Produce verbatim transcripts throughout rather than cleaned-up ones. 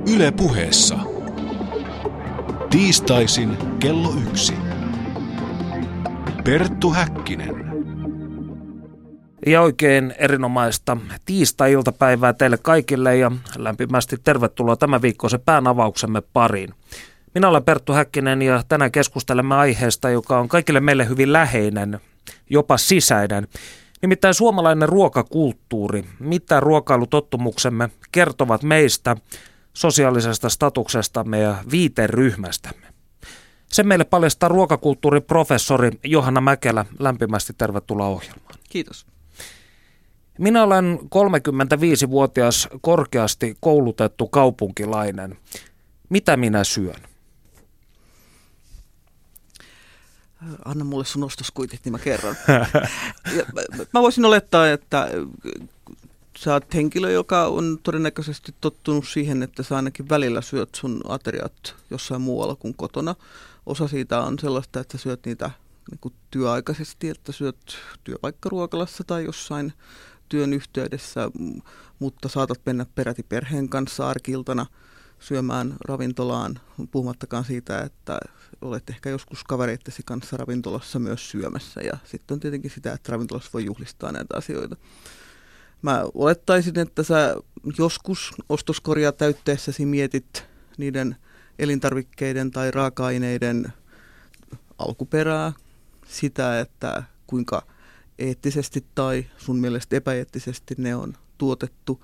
Yle Puheessa. Tiistaisin kello yksi. Perttu Häkkinen. Ja oikein erinomaista tiistai-iltapäivää teille kaikille ja lämpimästi tervetuloa tämän viikkoisen päänavauksemme pariin. Minä olen Perttu Häkkinen ja tänään keskustelemme aiheesta, joka on kaikille meille hyvin läheinen, jopa sisäinen. Nimittäin suomalainen ruokakulttuuri, mitä ruokailutottumuksemme kertovat meistä, sosiaalisesta statuksestamme ja viiteryhmästämme. Sen meille paljastaa ruokakulttuurin professori Johanna Mäkelä. Lämpimästi tervetuloa ohjelmaan. Kiitos. Minä olen kolmekymmentäviisivuotias korkeasti koulutettu kaupunkilainen. Mitä minä syön? Anna mulle sun ostoskuitit, niin mä kerron. Ja mä voisin olettaa, että sä oot henkilö, joka on todennäköisesti tottunut siihen, että sä ainakin välillä syöt sun ateriat jossain muualla kuin kotona. Osa siitä on sellaista, että sä syöt niitä niin kuin työaikaisesti, että syöt työpaikkaruokalassa tai jossain työn yhteydessä, mutta saatat mennä peräti perheen kanssa arki-iltana syömään ravintolaan, puhumattakaan siitä, että olet ehkä joskus kavereittesi kanssa ravintolassa myös syömässä. Ja sitten on tietenkin sitä, että ravintolassa voi juhlistaa näitä asioita. Mä olettaisin, että sä joskus ostoskoria täytteessäsi mietit niiden elintarvikkeiden tai raaka-aineiden alkuperää, sitä, että kuinka eettisesti tai sun mielestä epäeettisesti ne on tuotettu.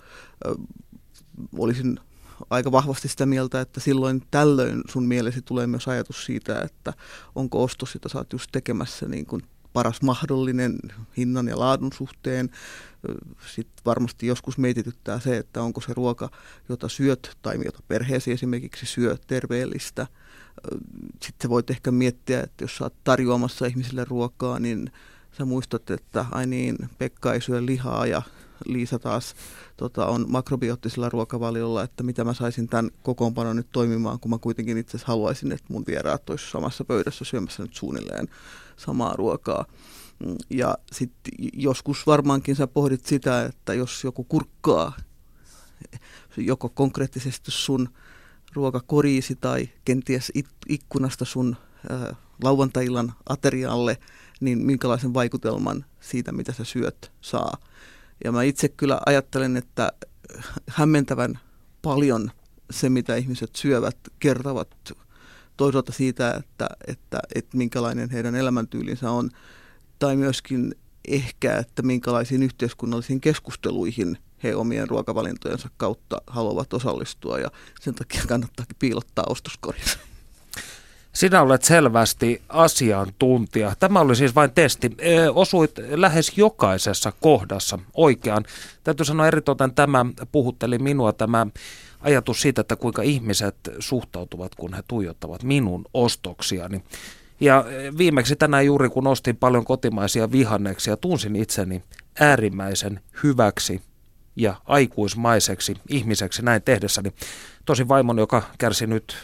Olisin aika vahvasti sitä mieltä, että silloin tällöin sun mielesi tulee myös ajatus siitä, että onko ostos, jota sä oot just tekemässä niin kuin paras mahdollinen hinnan ja laadun suhteen. Sitten varmasti joskus mietityttää se, että onko se ruoka, jota syöt tai jota perheesi esimerkiksi syö, terveellistä. Sitten sä voit ehkä miettiä, että jos sä oot tarjoamassa ihmisille ruokaa, niin sä muistat, että ai niin, Pekka ei syö lihaa ja Liisa taas tota, on makrobiottisella ruokavaliolla, että mitä mä saisin tämän kokoonpanon nyt toimimaan, kun mä kuitenkin itse asiassa haluaisin, että mun vieraat olisi samassa pöydässä syömässä nyt suunnilleen samaa ruokaa. Ja sitten joskus varmaankin sä pohdit sitä, että jos joku kurkkaa joko konkreettisesti sun ruokakoriisi tai kenties ikkunasta sun äh, lauantai-illan aterialle, niin minkälaisen vaikutelman siitä, mitä sä syöt, saa. Ja mä itse kyllä ajattelen, että hämmentävän paljon se, mitä ihmiset syövät, kertovat toisaalta siitä, että, että, että minkälainen heidän elämäntyylinsä on, tai myöskin ehkä, että minkälaisiin yhteiskunnallisiin keskusteluihin he omien ruokavalintojensa kautta haluavat osallistua, ja sen takia kannattaakin piilottaa ostoskorinsa. Sinä olet selvästi asiantuntija. Tämä oli siis vain testi. Osuit lähes jokaisessa kohdassa oikeaan. Täytyy sanoa eritoten tämä puhutteli minua, tämä ajatus siitä, että kuinka ihmiset suhtautuvat, kun he tuijottavat minun ostoksiani. Ja viimeksi tänään juuri, kun ostin paljon kotimaisia vihanneksia, tunsin itseni äärimmäisen hyväksi ja aikuismaiseksi ihmiseksi näin tehdessäni. Tosin vaimoni, joka kärsi nyt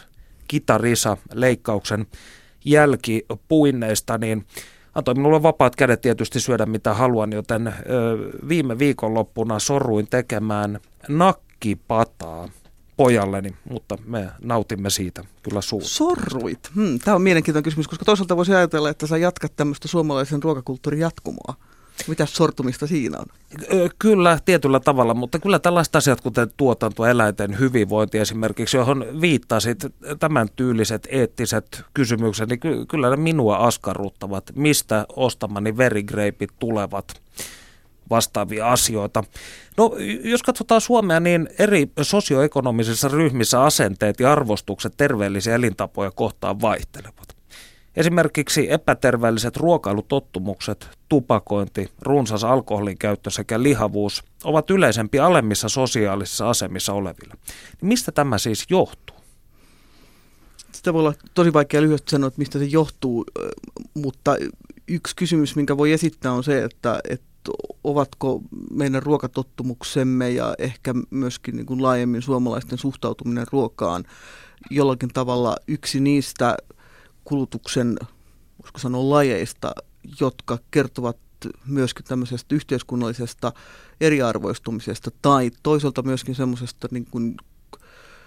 kitarisa-leikkauksen jälkipuinneista, niin antoi minulle vapaat kädet tietysti syödä mitä haluan, joten ö, viime viikonloppuna soruin tekemään nakkipataa pojalleni, mutta me nautimme siitä kyllä suurta. Sorruit? Hmm, tämä on mielenkiintoinen kysymys, koska toisaalta voisi ajatella, että sä jatkat tämmöistä suomalaisen ruokakulttuurin jatkumoa. Mitä sortumista siinä on? Kyllä, tietyllä tavalla, mutta kyllä tällaiset asiat, kuten tuotanto, eläinten hyvinvointi esimerkiksi, johon viittasit, tämän tyyliset eettiset kysymykset, niin ky- kyllä ne minua askarruttavat, mistä ostamani verigreipit tulevat, vastaavia asioita. No, jos katsotaan Suomea, niin eri sosioekonomisissa ryhmissä asenteet ja arvostukset terveellisiä elintapoja kohtaan vaihtelevat. Esimerkiksi epäterveelliset ruokailutottumukset, tupakointi, runsas alkoholin käyttö sekä lihavuus ovat yleisempi alemmissa sosiaalisissa asemissa olevilla. Mistä tämä siis johtuu? Sitä voi olla tosi vaikea lyhyesti sanoa, että mistä se johtuu, mutta yksi kysymys, minkä voi esittää on se, että, että ovatko meidän ruokatottumuksemme ja ehkä myöskin niin kuin laajemmin suomalaisten suhtautuminen ruokaan jollakin tavalla yksi niistä kulutuksen, voisiko sanoa, lajeista, jotka kertovat myöskin tämmöisestä yhteiskunnallisesta eriarvoistumisesta tai toisaalta myöskin semmoisesta niin kuin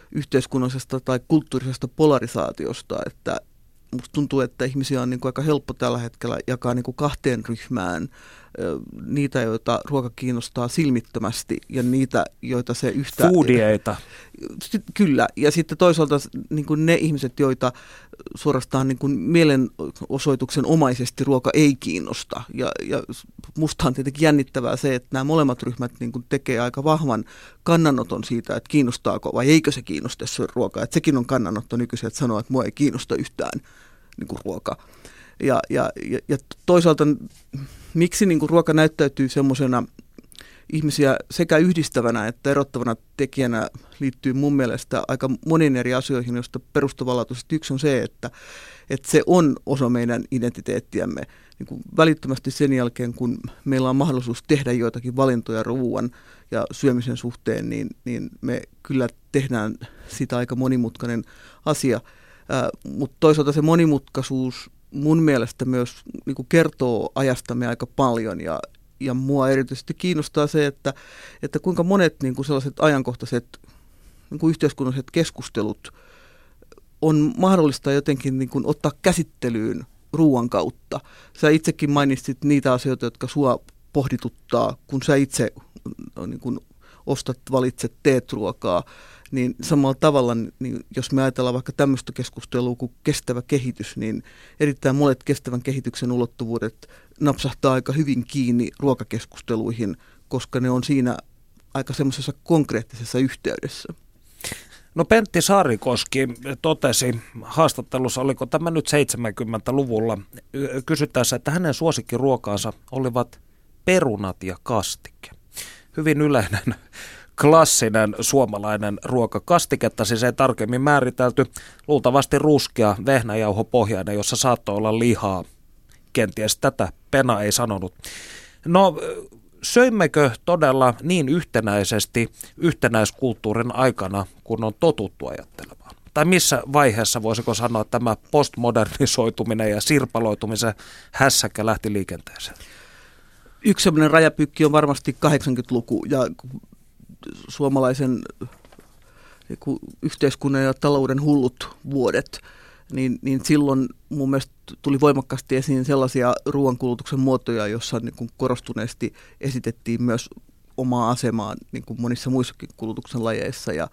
yhteiskunnallisesta tai kulttuurisesta polarisaatiosta, että musta tuntuu, että ihmisiä on niin kuin aika helppo tällä hetkellä jakaa niin kuin kahteen ryhmään. Niitä, joita ruoka kiinnostaa silmittömästi ja niitä, joita se yhtä... Foodieita. Kyllä, ja sitten toisaalta niin kuin ne ihmiset, joita suorastaan niin kuin mielenosoituksen omaisesti ruoka ei kiinnosta. Ja, ja musta on tietenkin jännittävää se, että nämä molemmat ryhmät niin kuin tekee aika vahvan kannanoton siitä, että kiinnostaako vai eikö se kiinnosta se ruoka. Että sekin on kannanotto nykyisin, että sanoo, että mua ei kiinnosta yhtään niin kuin ruoka. Ja, ja, ja, ja toisaalta miksi niin kuin ruoka näyttäytyy semmoisena ihmisiä sekä yhdistävänä että erottavana tekijänä liittyy mun mielestä aika moniin eri asioihin, joista perustavanlaatuisesti yksi on se, että, että se on osa meidän identiteettiämme. Niin kuin välittömästi sen jälkeen, kun meillä on mahdollisuus tehdä joitakin valintoja ruoan ja syömisen suhteen, niin, niin me kyllä tehdään sitä aika monimutkainen asia. Äh, mutta toisaalta se monimutkaisuus mun mielestä myös niin kuin kertoo ajastamme aika paljon ja, ja mua erityisesti kiinnostaa se, että, että kuinka monet niin kuin sellaiset ajankohtaiset niin kuin yhteiskunnalliset keskustelut on mahdollista jotenkin niin kuin ottaa käsittelyyn ruoan kautta. Sä itsekin mainitsit niitä asioita, jotka sua pohdituttaa, kun sä itse niin kuin ostat, valitset, teet ruokaa. Niin samalla tavalla, niin jos me ajatellaan vaikka tämmöistä keskustelua kuin kestävä kehitys, niin erittäin monet kestävän kehityksen ulottuvuudet napsahtaa aika hyvin kiinni ruokakeskusteluihin, koska ne on siinä aika semmoisessa konkreettisessa yhteydessä. No Pentti Saarikoski totesi haastattelussa, oliko tämä nyt seitsemänkymmentäluvulla, kysyttäessä, että hänen suosikkiruokaansa olivat perunat ja kastike. Hyvin yleinen klassinen suomalainen ruoka. Kastiketta siis ei tarkemmin määritelty, luultavasti ruskea vehnäjauhopohjainen, jossa saattoi olla lihaa. Kenties tätä Pena ei sanonut. No, söimmekö todella niin yhtenäisesti yhtenäiskulttuurin aikana, kun on totuttu ajattelemaan? Tai missä vaiheessa voisiko sanoa, että tämä postmodernisoituminen ja sirpaloitumisen hässäkkä lähti liikenteeseen? Yksi sellainen rajapykki on varmasti kahdeksankymmentäluku ja suomalaisen niin yhteiskunnan ja talouden hullut vuodet, niin, niin silloin mun mielestä tuli voimakkaasti esiin sellaisia ruoankulutuksen muotoja, joissa niin kuin korostuneesti esitettiin myös omaa asemaa niin kuin monissa muissakin kulutuksen lajeissa. Ja,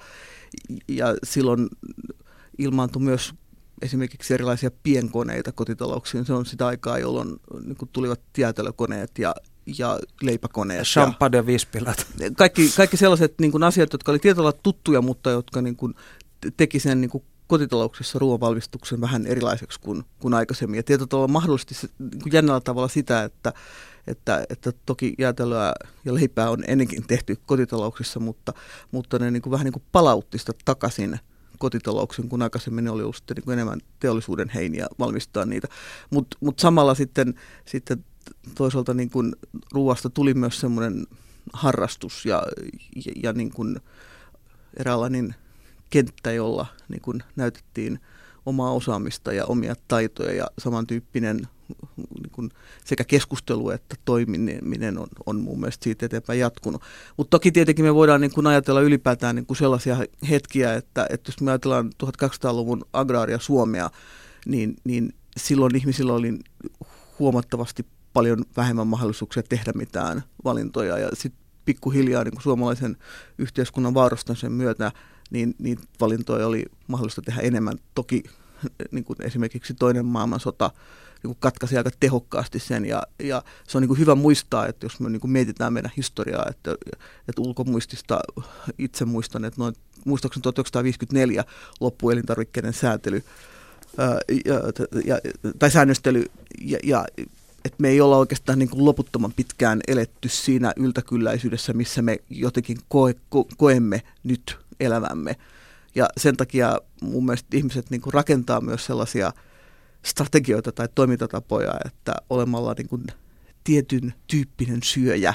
ja silloin ilmaantui myös esimerkiksi erilaisia pienkoneita kotitalouksiin. Se on sitä aikaa, jolloin niin kuin tulivat jäätelökoneet ja ja leipäkoneet. Champagne ja vispilät. Kaikki, kaikki sellaiset niin kuin asiat, jotka oli tietyllä lailla tuttuja, mutta jotka niin kuin teki sen niin kuin kotitalouksissa ruoanvalmistuksen vähän erilaiseksi kuin, kuin aikaisemmin. Ja tietyllä tavalla mahdollisesti se, niin kuin jännällä tavalla sitä, että, että, että toki jäätelöä ja leipää on ennenkin tehty kotitalouksissa, mutta, mutta ne niin kuin vähän niin kuin palautti sitä takaisin kotitalouksiin, kun aikaisemmin ne oli ollut sitten niin kuin enemmän teollisuuden heiniä valmistaa niitä. Mutta mut samalla sitten, sitten toisaalta niin kuin ruoasta tuli myös semmoinen harrastus ja, ja, ja niin kuin eräänlainen kenttä, jolla niin kuin näytettiin omaa osaamista ja omia taitoja ja samantyyppinen niin kuin sekä keskustelu että toimiminen on, on mun mielestä siitä eteenpäin jatkunut. Mutta toki tietenkin me voidaan niin kuin ajatella ylipäätään niin kuin sellaisia hetkiä, että, että jos me ajatellaan tuhatkahdeksansataaluvun agraaria Suomea, niin, niin silloin ihmisillä oli huomattavasti paljon vähemmän mahdollisuuksia tehdä mitään valintoja ja sitten pikkuhiljaa niin kuin suomalaisen yhteiskunnan vaurastamisen myötä niin, niin valintoja oli mahdollista tehdä enemmän. Toki niin kuin esimerkiksi toinen maailmansota niin kuin katkaisi aika tehokkaasti sen ja, ja se on niin kuin hyvä muistaa, että jos me niin kuin mietitään meidän historiaa, että, että ulkomuistista itse muistan, että noin muistaakseni tuhatyhdeksänsataaviisikymmentäneljä loppui elintarvikkeiden säätely ää, ja, ja, tai säännöstely ja, ja että me ei olla oikeastaan niin kuin loputtoman pitkään eletty siinä yltäkylläisyydessä, missä me jotenkin koe, ko, koemme nyt elämämme. Ja sen takia mun mielestä ihmiset niin kuin rakentaa myös sellaisia strategioita tai toimintatapoja, että olemalla niin kuin tietyn tyyppinen syöjä,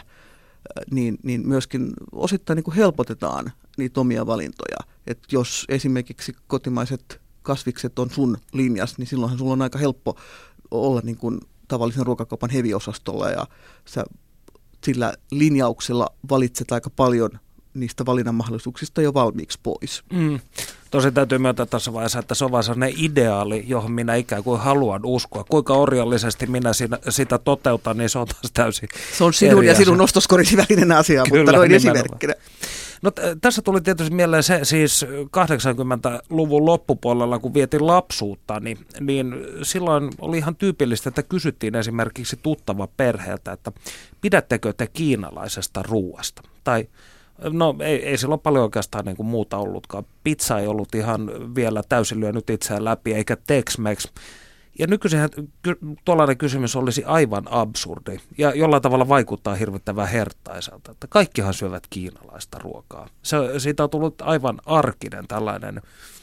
niin, niin myöskin osittain niin kuin helpotetaan niitä omia valintoja. Että jos esimerkiksi kotimaiset kasvikset on sun linjas, niin silloinhan sulla on aika helppo olla niin kuin tavallisen ruokakaupan heviosastolla ja sä sillä linjauksella valitset aika paljon niistä valinnan mahdollisuuksista jo valmiiksi pois. Mm. Tosi täytyy myöntää tässä vaiheessa, että se on vaan sellainen ideaali, johon minä ikään kuin haluan uskoa. Kuinka orjallisesti minä siinä, sitä toteutan, niin se on taas täysin Se on sinun ja asia. sinun nostoskorisi välinen asia, Kyllä, mutta noin nimenomaan. esimerkkinä. No, t- tässä tuli tietysti mieleen se siis kahdeksankymmentäluvun loppupuolella, kun vietin lapsuutta, niin, niin silloin oli ihan tyypillistä, että kysyttiin esimerkiksi tuttava perheeltä, että pidättekö te kiinalaisesta ruuasta? Tai no ei, ei silloin paljon oikeastaan niin kuin muuta ollutkaan. Pizza ei ollut ihan vielä täysin lyönyt itseään läpi, eikä Tex-Mex. Ja nykyisinhän tuollainen kysymys olisi aivan absurdi ja jollain tavalla vaikuttaa hirvittävän herttaiselta, että kaikkihan syövät kiinalaista ruokaa. Se, siitä on tullut aivan arkinen tällainen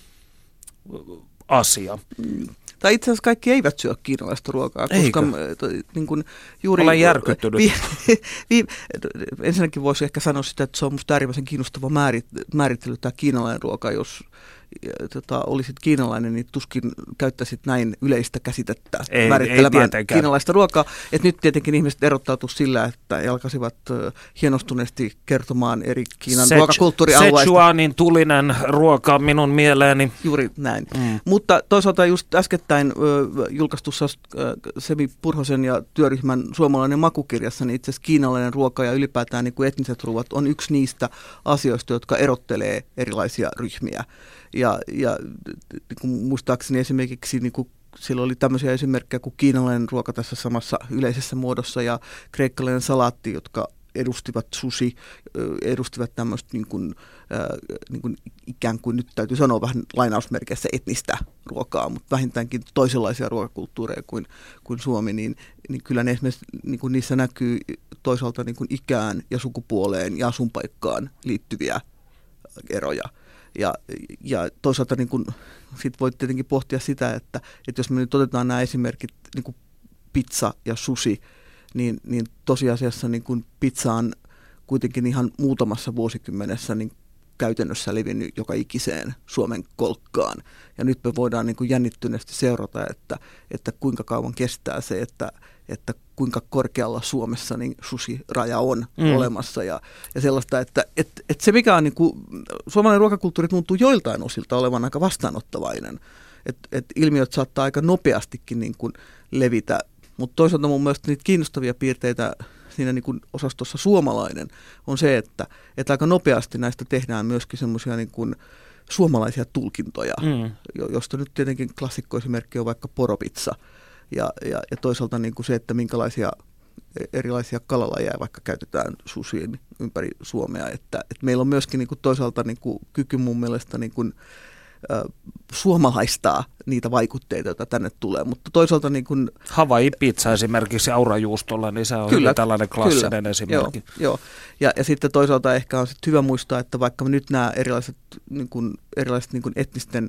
asia. Tai itse asiassa kaikki eivät syö kiinalaista ruokaa, koska niin kuin juuri... Olen järkyttynyt. Vi, vi, ensinnäkin voisi ehkä sanoa sitä, että se on minusta äärimmäisen kiinnostava määrit, määrittely tämä kiinalainen ruoka, jos tota, olisit kiinalainen, niin tuskin käyttäisit näin yleistä käsitettä ei, määrittelemään ei kiinalaista ruokaa. Et nyt tietenkin ihmiset erottautuivat sillä, että alkaisivat uh, hienostuneesti kertomaan eri Kiinan Se, ruokakulttuurialueista. Sichuanin tulinen ruoka minun mieleeni. Juuri näin. Mm. Mutta toisaalta just äskettäin uh, julkaistussa uh, Semi Purhosen ja työryhmän suomalainen makukirjassa, niin itse asiassa kiinalainen ruoka ja ylipäätään niin kuin etniset ruoat on yksi niistä asioista, jotka erottelee erilaisia ryhmiä. Ja, ja niin kuin muistaakseni esimerkiksi niin kuin siellä oli tämmöisiä esimerkkejä kuin kiinalainen ruoka tässä samassa yleisessä muodossa ja kreikkalainen salaatti, jotka edustivat sushi, edustivat tämmöistä niin kuin, äh, niin kuin ikään kuin nyt täytyy sanoa vähän lainausmerkeissä etnistä ruokaa, mutta vähintäänkin toisenlaisia ruokakulttuureja kuin, kuin Suomi, niin, niin kyllä ne esimerkiksi niin kuin niissä näkyy toisaalta niin kuin ikään ja sukupuoleen ja asuinpaikkaan liittyviä eroja. Ja, ja toisaalta niin kun, sit voi tietenkin pohtia sitä, että, että jos me nyt otetaan nämä esimerkit, niin kuin pizza ja sushi, niin, niin tosiasiassa niin kun pizza on kuitenkin ihan muutamassa vuosikymmenessä niin käytännössä levinnyt joka ikiseen Suomen kolkkaan. Ja nyt me voidaan niin kun jännittyneesti seurata, että, että kuinka kauan kestää se, että, että kuinka korkealla Suomessa niin sushi-raja on mm. olemassa ja, ja sellaista, että et, et se mikä on niin kuin, suomalainen ruokakulttuuri tuntuu joiltain osilta olevan aika vastaanottavainen, että et ilmiöt saattaa aika nopeastikin niin kuin levitä, mutta toisaalta mun mielestä niitä kiinnostavia piirteitä siinä niin kuin osastossa suomalainen on se, että, että aika nopeasti näistä tehdään myöskin semmoisia niin kuin suomalaisia tulkintoja, mm. josta nyt tietenkin klassikkoesimerkki on vaikka poropizza. Ja, ja, ja toisaalta niin kuin se, että minkälaisia erilaisia kalalajeja vaikka käytetään sushiin ympäri Suomea. Että, että meillä on myöskin niin kuin toisaalta niin kuin kyky mun mielestä niin kuin, ä, suomalaistaa niitä vaikutteita, joita tänne tulee. Mutta toisaalta niin kuin... Hawaii-pizza esimerkiksi aurajuustolla, niin se on kyllä, hyvin tällainen klassinen kyllä, esimerkki. Joo, joo. Ja, ja sitten toisaalta ehkä on sit hyvä muistaa, että vaikka nyt nämä erilaiset, niin kuin, erilaiset niin kuin etnisten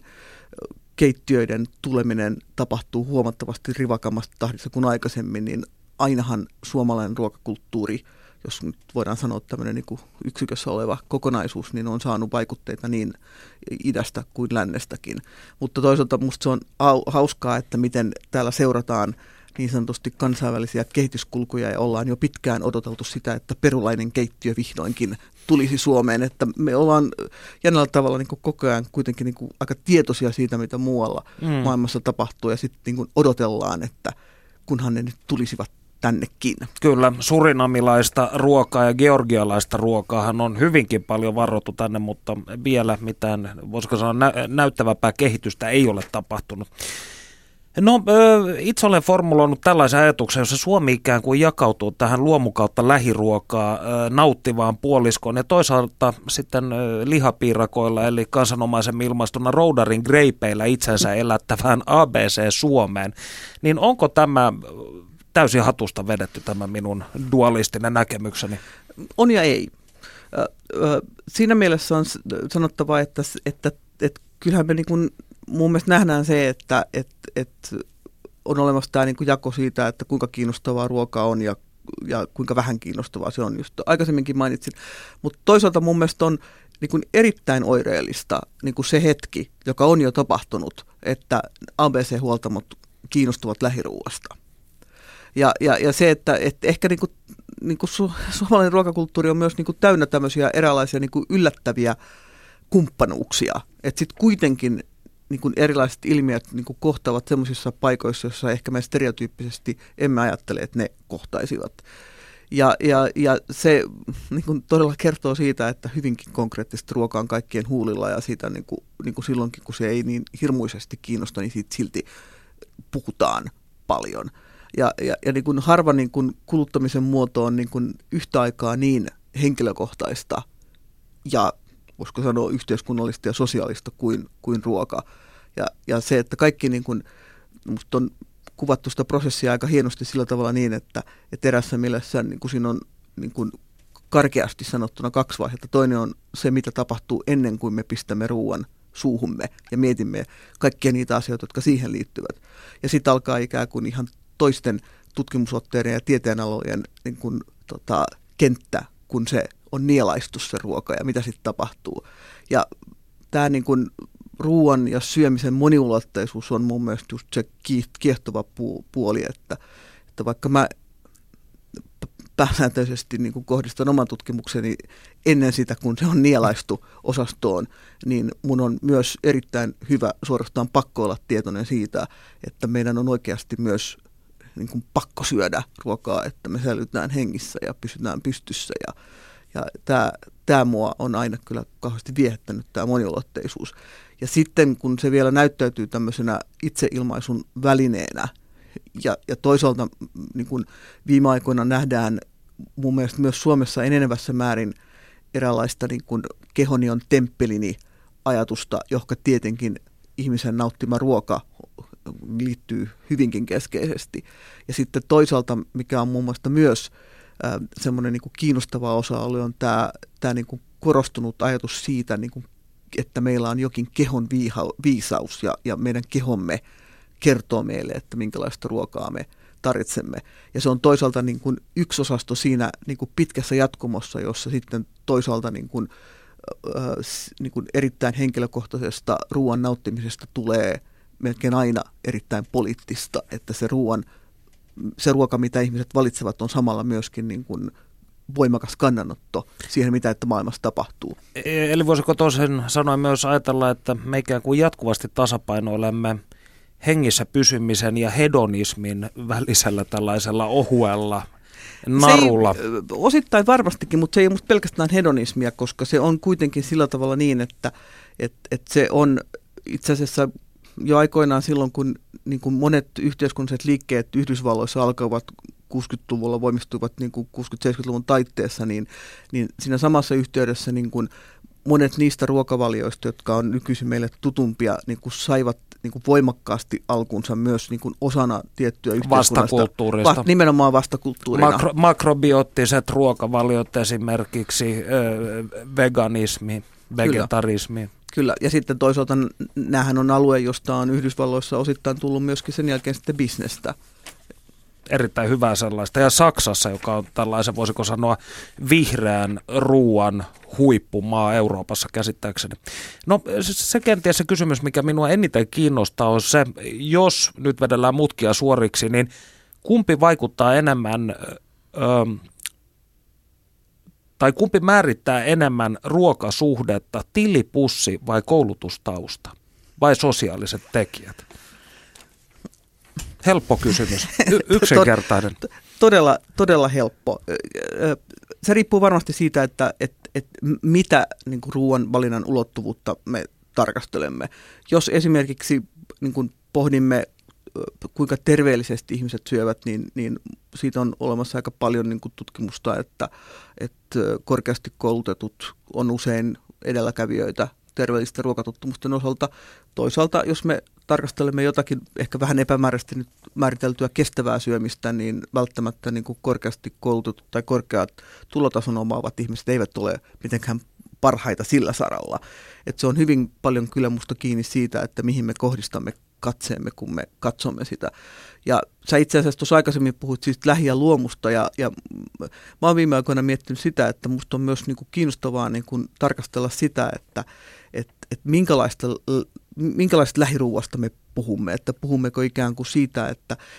keittiöiden tuleminen tapahtuu huomattavasti rivakammasta tahdissa kuin aikaisemmin, niin ainahan suomalainen ruokakulttuuri, jos nyt voidaan sanoa tämmöinen niin kuin yksikössä oleva kokonaisuus, niin on saanut vaikutteita niin idästä kuin lännestäkin. Mutta toisaalta musta se on hauskaa, että miten täällä seurataan niin sanotusti kansainvälisiä kehityskulkuja ja ollaan jo pitkään odoteltu sitä, että perulainen keittiö vihdoinkin tulisi Suomeen, että me ollaan jännällä tavalla niin kuin koko ajan kuitenkin niin kuin aika tietoisia siitä, mitä muualla mm. maailmassa tapahtuu ja sitten niin kuin odotellaan, että kunhan ne nyt tulisivat tännekin. Kyllä, surinamilaista ruokaa ja georgialaista ruokaahan on hyvinkin paljon varrottu tänne, mutta vielä mitään, voisiko sanoa, nä- näyttävämpää kehitystä ei ole tapahtunut. No itse olen formuloinut tällaisen ajatuksen, jossa Suomi ikään kuin jakautuu tähän luomukautta lähiruokaa nauttivaan puoliskoon ja toisaalta sitten lihapiirakoilla eli kansanomaisen ilmaistuna roudarin greipeillä itsensä elättävään A B C-Suomeen. Niin onko tämä täysin hatusta vedetty tämä minun dualistinen näkemykseni? On ja ei. Siinä mielessä on sanottava, että, että, että kyllähän me niin kuin mun mielestä nähdään se, että, että, että on olemassa tämä niin kuin jako siitä, että kuinka kiinnostavaa ruokaa on ja, ja kuinka vähän kiinnostavaa se on. Just aikaisemminkin mainitsin. Mutta toisaalta mun mielestä on niin kuin erittäin oireellista niin kuin se hetki, joka on jo tapahtunut, että A B C-huoltamot kiinnostuvat lähiruuasta. Ja, ja, ja se, että, että ehkä niin kuin niin kuin su, suomalainen ruokakulttuuri on myös niin kuin täynnä tämmöisiä eräänlaisia niin kuin yllättäviä kumppanuuksia. Että sitten kuitenkin niin kuin erilaiset ilmiöt niin kuin kohtaavat semmoisissa paikoissa, joissa ehkä me stereotyyppisesti emme ajattele, että ne kohtaisivat. Ja, ja, ja se niin kuin todella kertoo siitä, että hyvinkin konkreettisesti ruoka on kaikkien huulilla ja siitä niin kuin, niin kuin silloinkin, kun se ei niin hirmuisesti kiinnosta, niin siitä silti puhutaan paljon. Ja, ja, ja niin kuin harva niin kuin kuluttamisen muoto on niin kuin yhtä aikaa niin henkilökohtaista ja voisiko sanoa yhteiskunnallista ja sosiaalista kuin, kuin ruoka. Ja, ja se, että kaikki niin kuin, musta on kuvattu sitä prosessia aika hienosti sillä tavalla niin, että, että erässä mielessä niin kuin siinä on niin kuin karkeasti sanottuna kaksi vaihetta. Toinen on se, mitä tapahtuu ennen kuin me pistämme ruoan suuhumme ja mietimme kaikkia niitä asioita, jotka siihen liittyvät. Ja sitten alkaa ikään kuin ihan toisten tutkimusotteiden ja tieteenalojen niin kuin, tota, kenttä, kun se on nielaistu se ruoka ja mitä sitten tapahtuu. Ja tämä niin kuin ruoan ja syömisen moniulotteisuus on mun mielestä just se kiehtova puoli, että, että vaikka mä pääsääntöisesti niin kuin kohdistan oman tutkimukseni ennen sitä, kun se on nielaistu osastoon, niin mun on myös erittäin hyvä suorastaan pakko olla tietoinen siitä, että meidän on oikeasti myös niin kuin pakko syödä ruokaa, että me säilytään hengissä ja pysytään pystyssä. Ja, ja tämä, tämä mua on aina kyllä kauheasti viehättänyt, tämä moniulotteisuus. Ja sitten kun se vielä näyttäytyy tämmöisenä itseilmaisun välineenä, ja, ja toisaalta niin kuin viime aikoina nähdään mun mielestä myös Suomessa enenevässä määrin eräänlaista niin kuin kehoni on temppelini ajatusta, johon tietenkin ihmisen nauttima ruoka liittyy hyvinkin keskeisesti. Ja sitten toisaalta, mikä on mun mielestä myös äh, semmoinen niin kuin kiinnostava osa-alue, on tämä, tämä niin kuin korostunut ajatus siitä, niin kuin, että meillä on jokin kehon viiha, viisaus ja, ja meidän kehomme kertoo meille, että minkälaista ruokaa me tarvitsemme. Ja se on toisaalta niin kuin yksi osasto siinä niin kuin pitkässä jatkumossa, jossa sitten toisaalta niin kuin, äh, niin kuin erittäin henkilökohtaisesta ruoan nauttimisesta tulee melkein aina erittäin poliittista, että se, ruoan, se ruoka, mitä ihmiset valitsevat, on samalla myöskin niin kuin voimakas kannanotto siihen, mitä että maailmassa tapahtuu. Eli voisiko toisen sanoa myös ajatella, että me ikään kuin jatkuvasti tasapainoilemme hengissä pysymisen ja hedonismin välisellä tällaisella ohuella narulla? Se ei, osittain varmastikin, mutta se ei ole musta pelkästään hedonismia, koska se on kuitenkin sillä tavalla niin, että et, et se on itse asiassa jo aikoinaan silloin, kun niin kuin monet yhteiskunnalliset liikkeet Yhdysvalloissa alkavat kuusikymmentäluvulla, voimistuivat niin kuin kuusikymmentä-seitsemänkymmentäluvun taitteessa, niin, niin siinä samassa yhteydessä niin kuin monet niistä ruokavalioista, jotka on nykyisin meille tutumpia, niin kuin saivat niin kuin voimakkaasti alkunsa myös niin kuin osana tiettyä yhteiskunnallista. Vastakulttuurista. Va, nimenomaan vastakulttuurina. Makro, makrobiottiset ruokavaliot esimerkiksi, ö, veganismi, vegetarismi. Kyllä. Kyllä, ja sitten toisaalta näähän on alue, josta on Yhdysvalloissa osittain tullut myöskin sen jälkeen sitten bisnestä. Erittäin hyvää sellaista. Ja Saksassa, joka on tällaisen, voisiko sanoa, vihreän ruoan huippumaa Euroopassa käsittääkseni. No se kenties se kysymys, mikä minua eniten kiinnostaa, on se, jos nyt vedellään mutkia suoriksi, niin kumpi vaikuttaa enemmän, ö, tai kumpi määrittää enemmän ruokasuhdetta, tilipussi vai koulutustausta vai sosiaaliset tekijät? Helppo kysymys, y- yksinkertainen. Todella, todella helppo. Se riippuu varmasti siitä, että, että, että mitä niin kuin ruoan valinnan ulottuvuutta me tarkastelemme. Jos esimerkiksi niin kuin pohdimme, kuinka terveellisesti ihmiset syövät, niin, niin siitä on olemassa aika paljon niin kuin tutkimusta, että, että korkeasti koulutetut on usein edelläkävijöitä terveellisten ruokatottumusten osalta. Toisaalta, jos me tarkastelemme jotakin ehkä vähän epämääräisesti nyt määriteltyä kestävää syömistä, niin välttämättä niin kuin korkeasti koulutetut tai korkeat tulotason omaavat ihmiset eivät ole mitenkään parhaita sillä saralla. Et se on hyvin paljon kyllä musta kiinni siitä, että mihin me kohdistamme katseemme, kun me katsomme sitä. Ja sä itse asiassa tuossa aikaisemmin puhuit siis lähi- ja luomusta, ja, ja mä oon viime aikoina miettinyt sitä, että musta on myös niin kuin kiinnostavaa niin kuin tarkastella sitä, että et, et minkälaista, minkälaista lähiruuasta me puhumme, että puhummeko ikään kuin siitä, että et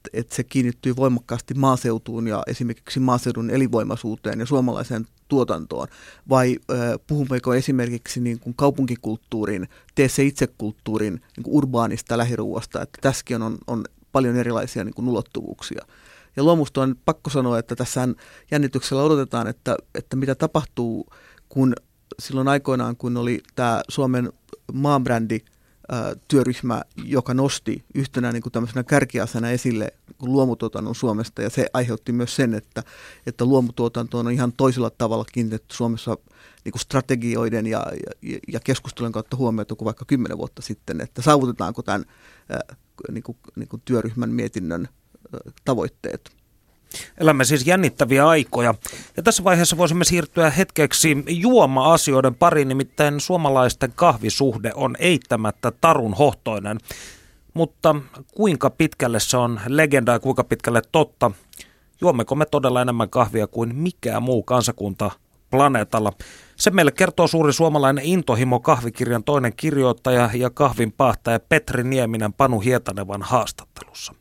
että, että se kiinnittyy voimakkaasti maaseutuun ja esimerkiksi maaseudun elinvoimaisuuteen ja suomalaiseen tuotantoon, vai äh, puhummeko esimerkiksi niin kuin kaupunkikulttuurin, tee se itse-kulttuurin niin kuin urbaanista lähiruuasta, että tässäkin on, on paljon erilaisia niin kuin ulottuvuuksia. Ja luomusta on pakko sanoa, että tässä jännityksellä odotetaan, että, että mitä tapahtuu, kun silloin aikoinaan, kun oli tämä Suomen maanbrändi, työryhmä, joka nosti yhtenä niin kuin tämmöisenä kärkiasiana esille luomutuotannon Suomesta, ja se aiheutti myös sen, että, että luomutuotantoon on ihan toisella tavalla kiinnitetty Suomessa niin kuin strategioiden ja, ja, ja keskustelun kautta huomiota kuin vaikka kymmenen vuotta sitten, että saavutetaanko tämän ää, niin kuin, niin kuin työryhmän mietinnön ää, tavoitteet. Elämme siis jännittäviä aikoja. Ja tässä vaiheessa voisimme siirtyä hetkeksi juoma-asioiden pariin, nimittäin suomalaisten kahvisuhde on eittämättä tarunhohtoinen. Mutta kuinka pitkälle se on legenda ja kuinka pitkälle totta? Juommeko me todella enemmän kahvia kuin mikään muu kansakunta planeetalla? Se meille kertoo suuri suomalainen intohimo kahvikirjan toinen kirjoittaja ja kahvinpaahtaja Petri Nieminen Panu Hietanevan haastattelussa.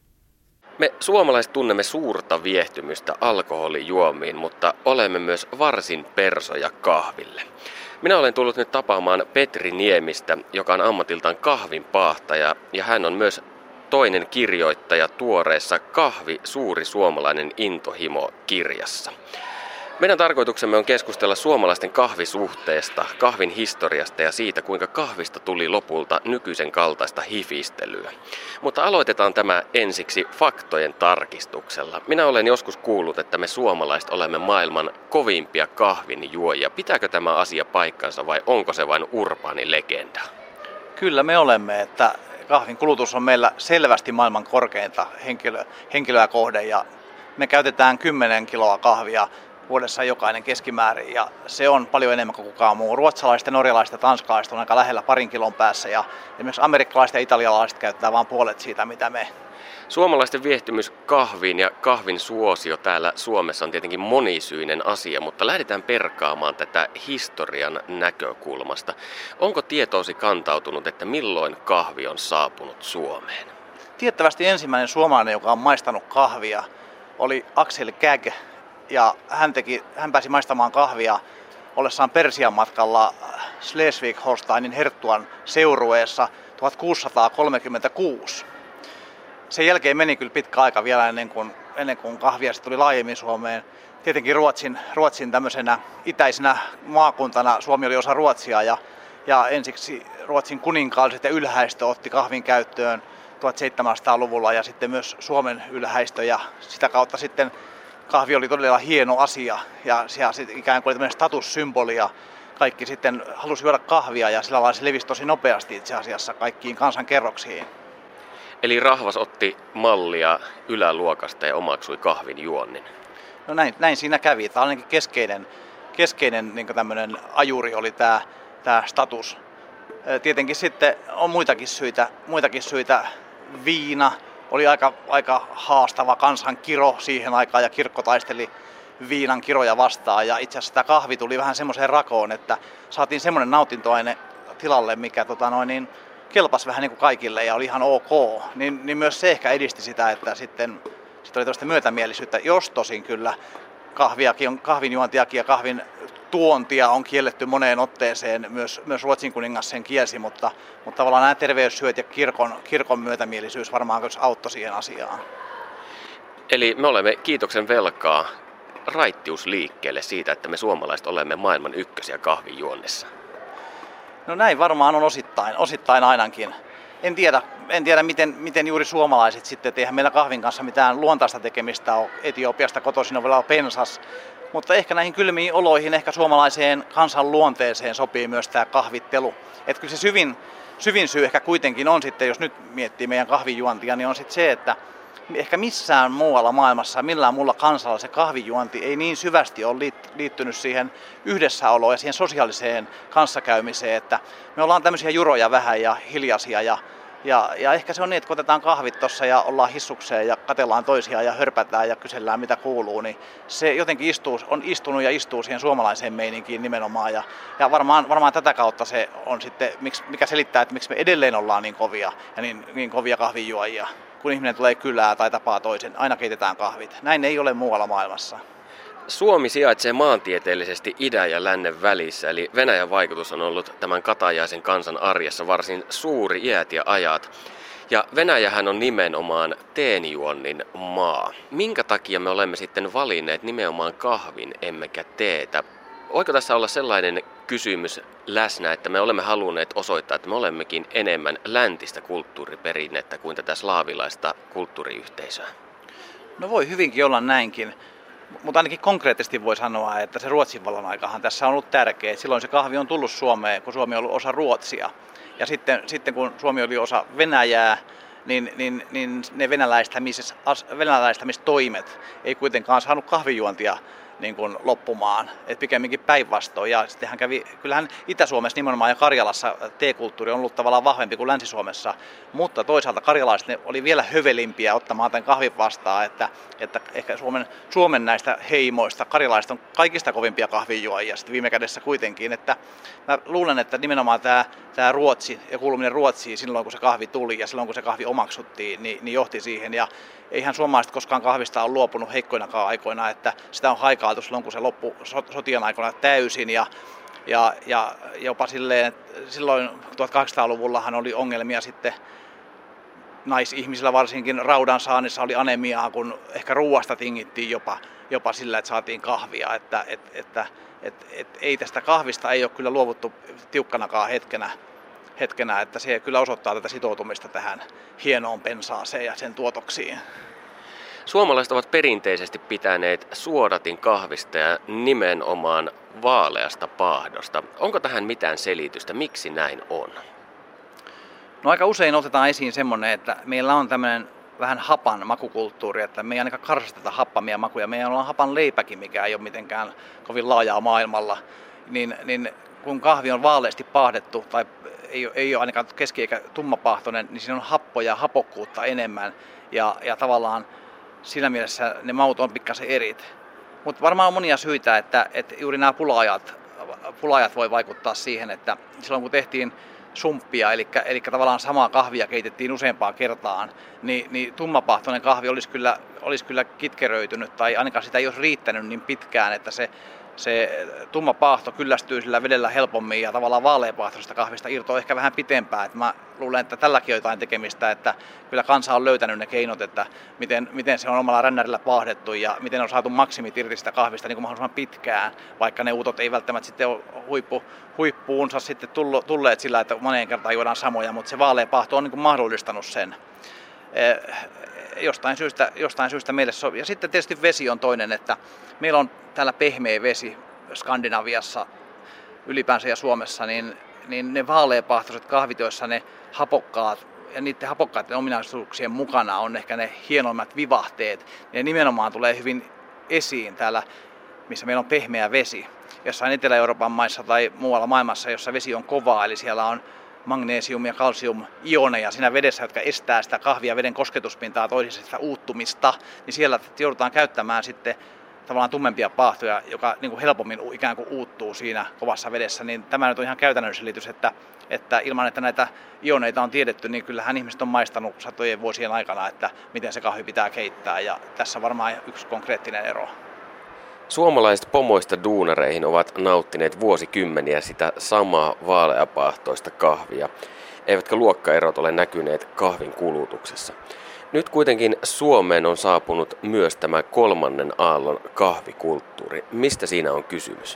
Me suomalaiset tunnemme suurta viehtymystä alkoholijuomiin, mutta olemme myös varsin persoja kahville. Minä olen tullut nyt tapaamaan Petri Niemistä, joka on ammatiltaan kahvinpaahtaja, ja hän on myös toinen kirjoittaja tuoreessa Kahvi, suuri suomalainen intohimo -kirjassa. Meidän tarkoituksemme on keskustella suomalaisten kahvisuhteesta, kahvin historiasta ja siitä, kuinka kahvista tuli lopulta nykyisen kaltaista hifistelyä. Mutta aloitetaan tämä ensiksi faktojen tarkistuksella. Minä olen joskus kuullut, että me suomalaiset olemme maailman kovimpia kahvinjuojia. Pitääkö tämä asia paikkansa vai onko se vain urbaani legenda? Kyllä me olemme, että kahvin kulutus on meillä selvästi maailman korkeinta henkilö, henkilöä kohden ja me käytetään kymmenen kiloa kahvia vuodessa jokainen keskimäärin, ja se on paljon enemmän kuin kukaan muu. Ruotsalaiset, norjalaiset ja tanskalaiset on aika lähellä parin kilon päässä, ja esimerkiksi amerikkalaiset ja italialaiset käyttää vain puolet siitä, mitä me. Suomalaisten viehtymys kahviin ja kahvin suosio täällä Suomessa on tietenkin monisyinen asia, mutta lähdetään perkaamaan tätä historian näkökulmasta. Onko tietoosi kantautunut, että milloin kahvi on saapunut Suomeen? Tiettävästi ensimmäinen suomalainen, joka on maistanut kahvia, oli Axel Käg. Ja hän, teki, hän pääsi maistamaan kahvia ollessaan Persian matkalla Schleswig-Holsteinin herttuan seurueessa tuhatkuusisataakolmekymmentäkuusi. Sen jälkeen meni kyllä pitkä aika vielä ennen kuin, ennen kuin kahvia tuli laajemmin Suomeen. Tietenkin Ruotsin, Ruotsin tämmöisenä itäisenä maakuntana Suomi oli osa Ruotsia ja, ja ensiksi Ruotsin kuninkaalliset ja ylhäistö otti kahvin käyttöön tuhatseitsemänsataaluvulla ja sitten myös Suomen ylhäistö ja sitä kautta sitten kahvi oli todella hieno asia ja se ikään kuin oli tämmöinen statussymboli ja kaikki sitten halusi juoda kahvia ja sillä lailla se levisi tosi nopeasti itse asiassa kaikkiin kansankerroksiin. Eli rahvas otti mallia yläluokasta ja omaksui kahvin juonnin. No näin, näin siinä kävi. Tämä oli keskeinen, keskeinen niin tämmöinen ajuri oli tämä, tämä status. Tietenkin sitten on muitakin syitä, muitakin syitä. Viina oli aika, aika haastava kansankiro siihen aikaan ja kirkko taisteli viinan kiroja vastaan. Ja itse asiassa tämä kahvi tuli vähän semmoiseen rakoon, että saatiin semmoinen nautintoaine tilalle, mikä tota noin, niin kelpasi vähän niin kuin kaikille ja oli ihan ok. Niin, niin myös se ehkä edisti sitä, että sitten, sitten oli tällaista myötämielisyyttä, jos tosin kyllä kahviakin on, kahvinjuontiakin ja kahvin tuontia on kielletty moneen otteeseen, myös, myös Ruotsin kuningas sen kielsi, mutta, mutta tavallaan nämä terveyssyöt ja kirkon, kirkon myötämielisyys varmaan auttoi siihen asiaan. Eli me olemme kiitoksen velkaa raittiusliikkeelle siitä, että me suomalaiset olemme maailman ykkösiä kahvinjuonnissa. No näin varmaan on osittain, osittain ainakin. En tiedä, en tiedä miten, miten juuri suomalaiset sitten, eihän meillä kahvin kanssa mitään luontaista tekemistä ole. Etiopiasta kotoisin on vielä pensas. Mutta ehkä näihin kylmiin oloihin, ehkä suomalaiseen kansan luonteeseen sopii myös tämä kahvittelu. Että kyllä se syvin, syvin syy ehkä kuitenkin on sitten, jos nyt miettii meidän kahvinjuontia, niin on sitten se, että ehkä missään muualla maailmassa, millään muulla kansalla se kahvijuonti ei niin syvästi ole liittynyt siihen yhdessäoloon ja siihen sosiaaliseen kanssakäymiseen, että me ollaan tämmöisiä juroja vähän ja hiljaisia ja, ja, ja ehkä se on niin, että kun otetaan kahvit tuossa ja ollaan hissukseen ja katellaan toisiaan ja hörpätään ja kysellään mitä kuuluu, niin se jotenkin istuu, on istunut ja istuu siihen suomalaiseen meininkiin nimenomaan ja, ja varmaan, varmaan tätä kautta se on sitten, mikä selittää, että miksi me edelleen ollaan niin kovia ja niin, niin kovia kahvinjuojia. kun ihminen tulee kylään tai tapaa toisen, aina keitetään kahvit. Näin ei ole muualla maailmassa. Suomi sijaitsee maantieteellisesti idän ja lännen välissä, eli Venäjän vaikutus on ollut tämän katajaisen kansan arjessa varsin suuri iät ja ajat. Ja Venäjähän on nimenomaan teenjuonnin maa. Minkä takia me olemme sitten valinneet nimenomaan kahvin emmekä teetä? Voiko tässä olla sellainen kysymys läsnä, että me olemme halunneet osoittaa, että me olemmekin enemmän läntistä kulttuuriperinnettä kuin tätä slaavilaista kulttuuriyhteisöä? No voi hyvinkin olla näinkin, mutta ainakin konkreettisesti voi sanoa, että se Ruotsin vallan aikahan tässä on ollut tärkeä. Silloin se kahvi on tullut Suomeen, kun Suomi on ollut osa Ruotsia. Ja sitten, sitten kun Suomi oli osa Venäjää, niin, niin, niin ne venäläistämistoimet ei kuitenkaan saanut kahvijuontia niin kuin loppumaan, että pikemminkin päinvastoin. Ja sittenhän kävi, kyllähän Itä-Suomessa nimenomaan ja Karjalassa teekulttuuri on ollut tavallaan vahvempi kuin Länsi-Suomessa, mutta toisaalta karjalaiset ne oli vielä hövelimpiä ottamaan tämän kahvin vastaan, että, että ehkä Suomen, Suomen näistä heimoista karjalaiset on kaikista kovimpia kahvinjuojia sitten viime kädessä kuitenkin, että mä luulen, että nimenomaan tämä, tämä Ruotsi ja kuuluminen Ruotsiin silloin kun se kahvi tuli ja silloin kun se kahvi omaksuttiin, niin, niin johti siihen ja eihän suomalaiset koskaan kahvista ole luopunut heikkoinakaan aikoina, että sitä on haikailtu silloin, kun se loppui sotien aikoina täysin. Ja, ja, ja jopa silleen, silloin tuhatkahdeksansataaluvullahan oli ongelmia sitten naisihmisillä varsinkin raudan saannissa oli anemiaa, kun ehkä ruuasta tingittiin jopa, jopa sillä, että saatiin kahvia. Että, et, että, et, et, ei tästä kahvista ei ole kyllä luovuttu tiukkanakaan hetkenä. hetkenä, että se kyllä osoittaa tätä sitoutumista tähän hienoon pensaaseen ja sen tuotoksiin. Suomalaiset ovat perinteisesti pitäneet suodatin kahvista ja nimenomaan vaaleasta paahdosta. Onko tähän mitään selitystä? Miksi näin on? No aika usein otetaan esiin semmoinen, että meillä on tämmöinen vähän hapan makukulttuuri, että me ei ainakaan karsasteta happamia makuja. Meillä on hapan leipäkin, mikä ei ole mitenkään kovin laajaa maailmalla. Niin, niin kun kahvi on vaaleasti paahdettu tai ei, ei ole ainakaan keski- eikä tummapahtoinen, niin siinä on happoja ja hapokkuutta enemmän. Ja, ja tavallaan siinä mielessä ne maut on pikkasen erit. Mutta varmaan on monia syitä, että, että juuri nämä pula-ajat, pula-ajat voi vaikuttaa siihen, että silloin kun tehtiin sumppia, eli, eli tavallaan samaa kahvia keitettiin useampaan kertaan, niin, niin tummapahtoinen kahvi olisi kyllä, olisi kyllä kitkeröitynyt tai ainakaan sitä ei olisi riittänyt niin pitkään, että se Se tumma paahto kyllästyy sillä vedellä helpommin ja tavallaan vaaleapaahtoisesta kahvista irtoaa ehkä vähän pitempään. Et mä luulen, että tälläkin on jotain tekemistä, että kyllä kansa on löytänyt ne keinot, että miten, miten se on omalla rännärillä paahdettu ja miten on saatu maksimit irti sitä kahvista niin kuin mahdollisimman pitkään, vaikka ne uutot ei välttämättä sitten ole huippu, huippuunsa sitten tulleet sillä, että moneen kertaan juodaan samoja, mutta se vaaleapaahto on niin kuin mahdollistanut sen. Jostain syystä, jostain syystä meille sopii. Ja sitten tietysti vesi on toinen, että meillä on täällä pehmeä vesi Skandinaviassa ylipäänsä ja Suomessa, niin, niin ne vaaleapaahtoiset kahvit, joissa ne hapokkaat ja niiden hapokkaiden ominaisuuksien mukana on ehkä ne hienoimmat vivahteet, niin ne nimenomaan tulee hyvin esiin täällä, missä meillä on pehmeä vesi. Jossain Etelä-Euroopan maissa tai muualla maailmassa, jossa vesi on kovaa, eli siellä on magnesium- ja kalsium-ioneja siinä vedessä, jotka estää sitä kahvia veden kosketuspintaa toisesta sitä uuttumista, niin siellä joudutaan käyttämään sitten tavallaan tummempia paahtoja, joka niin kuin helpommin ikään kuin uuttuu siinä kovassa vedessä. Niin tämä nyt on ihan käytännön selitys, että, että ilman että näitä ioneita on tiedetty, niin kyllähän ihmiset on maistanut satojen vuosien aikana, että miten se kahvi pitää keittää. Ja tässä varmaan yksi konkreettinen ero. Suomalaiset pomoista duunareihin ovat nauttineet vuosikymmeniä sitä samaa vaaleapaahtoista kahvia, eivätkä luokkaerot ole näkyneet kahvin kulutuksessa. Nyt kuitenkin Suomeen on saapunut myös tämä kolmannen aallon kahvikulttuuri. Mistä siinä on kysymys?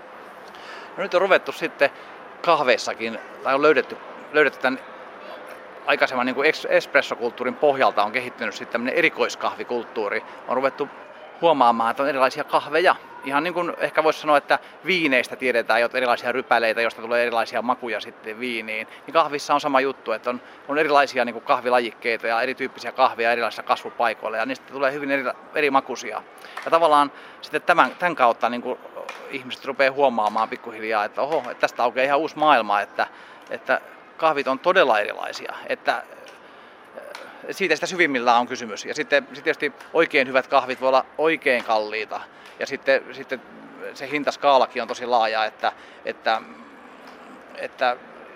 No nyt on ruvettu sitten kahveissakin, tai on löydetty, löydetty tämän aikaisemman niin kuin espressokulttuurin pohjalta on kehittynyt sitten tämmöinen erikoiskahvikulttuuri. On ruvettu huomaamaan, että on erilaisia kahveja. Ihan niin kuin ehkä voisi sanoa, että viineistä tiedetään, että erilaisia rypäleitä, joista tulee erilaisia makuja sitten viiniin. Niin kahvissa on sama juttu, että on, on erilaisia niin kuin kahvilajikkeita ja erityyppisiä kahvia erilaisissa kasvupaikoilla ja niistä tulee hyvin eri, eri makuisia. Ja tavallaan sitten tämän, tämän kautta niin kuin ihmiset rupeaa huomaamaan pikkuhiljaa, että oho, että tästä aukeaa ihan uusi maailma, että, että kahvit on todella erilaisia. Että siitä sitä syvimmillään on kysymys. Ja sitten, sitten tietysti oikein hyvät kahvit voi olla oikein kalliita. Ja sitten, sitten se hintaskaalakin on tosi laaja, että, että, että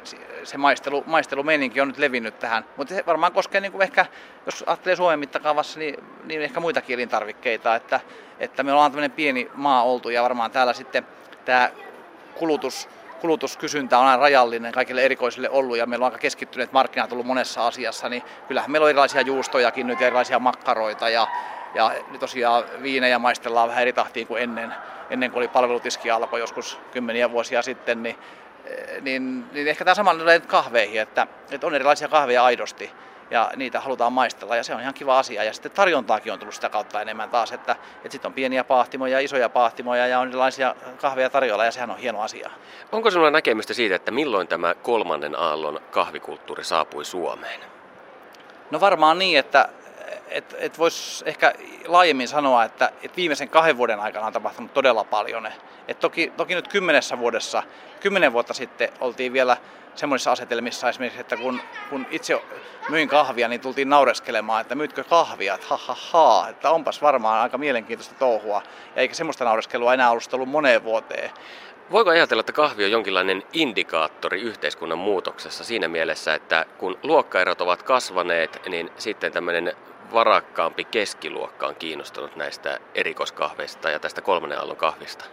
se maistelu, maistelumeininki on nyt levinnyt tähän. Mutta se varmaan koskee niin kuin ehkä, jos ajattelee Suomen mittakaavassa, niin, niin ehkä muitakin elintarvikkeita, että, että me ollaan tämmöinen pieni maa oltu ja varmaan täällä sitten tämä kulutus, kulutuskysyntä on aina rajallinen kaikille erikoisille ollut ja meillä on aika keskittyneet markkinat ollut monessa asiassa, niin kyllähän meillä on erilaisia juustojakin nyt ja erilaisia makkaroita ja, ja tosiaan viinejä maistellaan vähän eri tahtiin kuin ennen, ennen kuin oli palvelutiski alkoi joskus kymmeniä vuosia sitten, niin, niin, niin ehkä tämä sama tulee nyt kahveihin, että, että on erilaisia kahveja aidosti ja niitä halutaan maistella ja se on ihan kiva asia ja sitten tarjontaakin on tullut sitä kautta enemmän taas, että, että sitten on pieniä paahtimoja, isoja paahtimoja ja on erilaisia kahveja tarjolla ja sehän on hieno asia. Onko sinulla näkemystä siitä, että milloin tämä kolmannen aallon kahvikulttuuri saapui Suomeen? No varmaan niin, että et, et voisi ehkä laajemmin sanoa, että et viimeisen kahden vuoden aikana on tapahtunut todella paljon. Et toki, toki nyt kymmenessä vuodessa, kymmenen vuotta sitten oltiin vielä semmoisissa asetelmissa esimerkiksi, että kun, kun itse myin kahvia, niin tultiin naureskelemaan, että myytkö kahvia, että ha, ha, ha, että onpas varmaan aika mielenkiintoista touhua. Ja eikä semmoista naureskelua enää ollut ollut moneen vuoteen. Voiko ajatella, että kahvi on jonkinlainen indikaattori yhteiskunnan muutoksessa siinä mielessä, että kun luokkaerot ovat kasvaneet, niin sitten tämmöinen varakkaampi keskiluokka on kiinnostunut näistä erikoiskahveista ja tästä kolmannen aallon kahvista?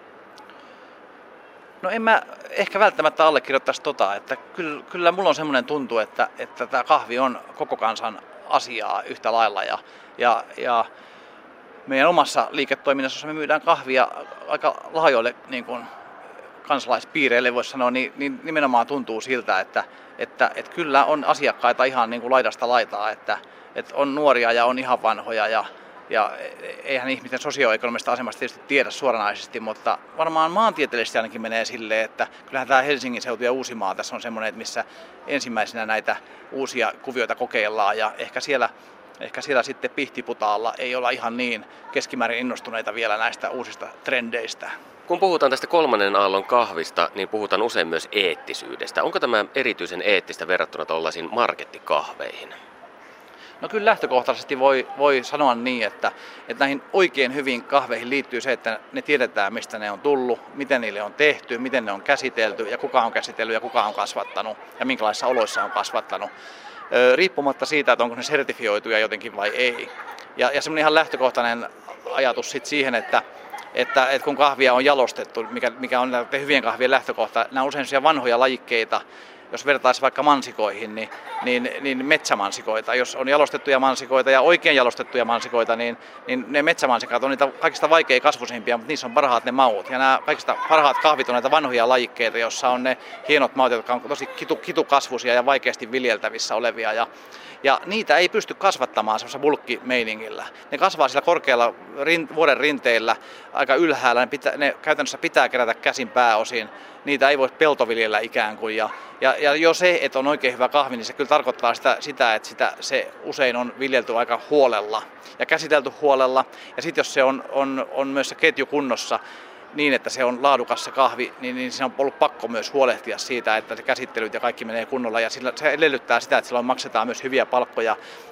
No en mä ehkä välttämättä allekirjoittaisi tota, että kyllä, kyllä mulla on semmoinen tuntu, että, että tämä kahvi on koko kansan asiaa yhtä lailla ja, ja, ja meidän omassa liiketoiminnassa, me myydään kahvia aika laajoille niin kuin kansalaispiireille, voisi sanoa, niin, niin nimenomaan tuntuu siltä, että, että, että kyllä on asiakkaita ihan niin kuin laidasta laitaa, että, että on nuoria ja on ihan vanhoja ja, ja eihän ihmisten sosioekonomista asemasta tietysti tiedä suoranaisesti, mutta varmaan maantieteellisesti ainakin menee silleen, että kyllähän tämä Helsingin seutu ja Uusimaa tässä on semmoinen, että missä ensimmäisenä näitä uusia kuvioita kokeillaan ja ehkä siellä Ehkä siellä sitten Pihtiputaalla ei olla ihan niin keskimäärin innostuneita vielä näistä uusista trendeistä. Kun puhutaan tästä kolmannen aallon kahvista, niin puhutaan usein myös eettisyydestä. Onko tämä erityisen eettistä verrattuna tuollaisiin markettikahveihin? No kyllä lähtökohtaisesti voi, voi sanoa niin, että, että näihin oikein hyviin kahveihin liittyy se, että ne tiedetään, mistä ne on tullut, miten niille on tehty, miten ne on käsitelty ja kuka on käsitellyt ja kuka on kasvattanut ja minkälaisissa oloissa on kasvattanut. Riippumatta siitä, että onko ne sertifioituja jotenkin vai ei. Ja, ja semmoinen ihan lähtökohtainen ajatus sit siihen, että, että, että kun kahvia on jalostettu, mikä, mikä on hyvien kahvien lähtökohta, nämä on usein sellaisia vanhoja lajikkeita, jos vertaisi vaikka mansikoihin, niin, niin, niin metsämansikoita. Jos on jalostettuja mansikoita ja oikein jalostettuja mansikoita, niin, niin ne metsämansikat on niitä kaikista vaikeita kasvusimpia, mutta niissä on parhaat ne maut. Ja nämä kaikista parhaat kahvit on näitä vanhoja lajikkeita, joissa on ne hienot maut, jotka on tosi kitu, kitukasvuisia ja vaikeasti viljeltävissä olevia. Ja, ja niitä ei pysty kasvattamaan semmoisessa bulkkimeiningillä. Ne kasvaa siellä korkealla rin, vuoden rinteillä aika ylhäällä. Ne, pitä, ne käytännössä pitää kerätä käsin pääosin. Niitä ei voi peltoviljellä ikään kuin. Ja, ja, ja jo se, että on oikein hyvä kahvi, niin se kyllä tarkoittaa sitä, sitä että sitä, se usein on viljelty aika huolella ja käsitelty huolella. Ja sitten jos se on, on, on myös se ketju kunnossa niin, että se on laadukas se kahvi, niin, niin siinä on ollut pakko myös huolehtia siitä, että se käsittelyt ja kaikki menee kunnolla. Ja sillä, se edellyttää sitä, että silloin maksetaan myös hyviä palkkoja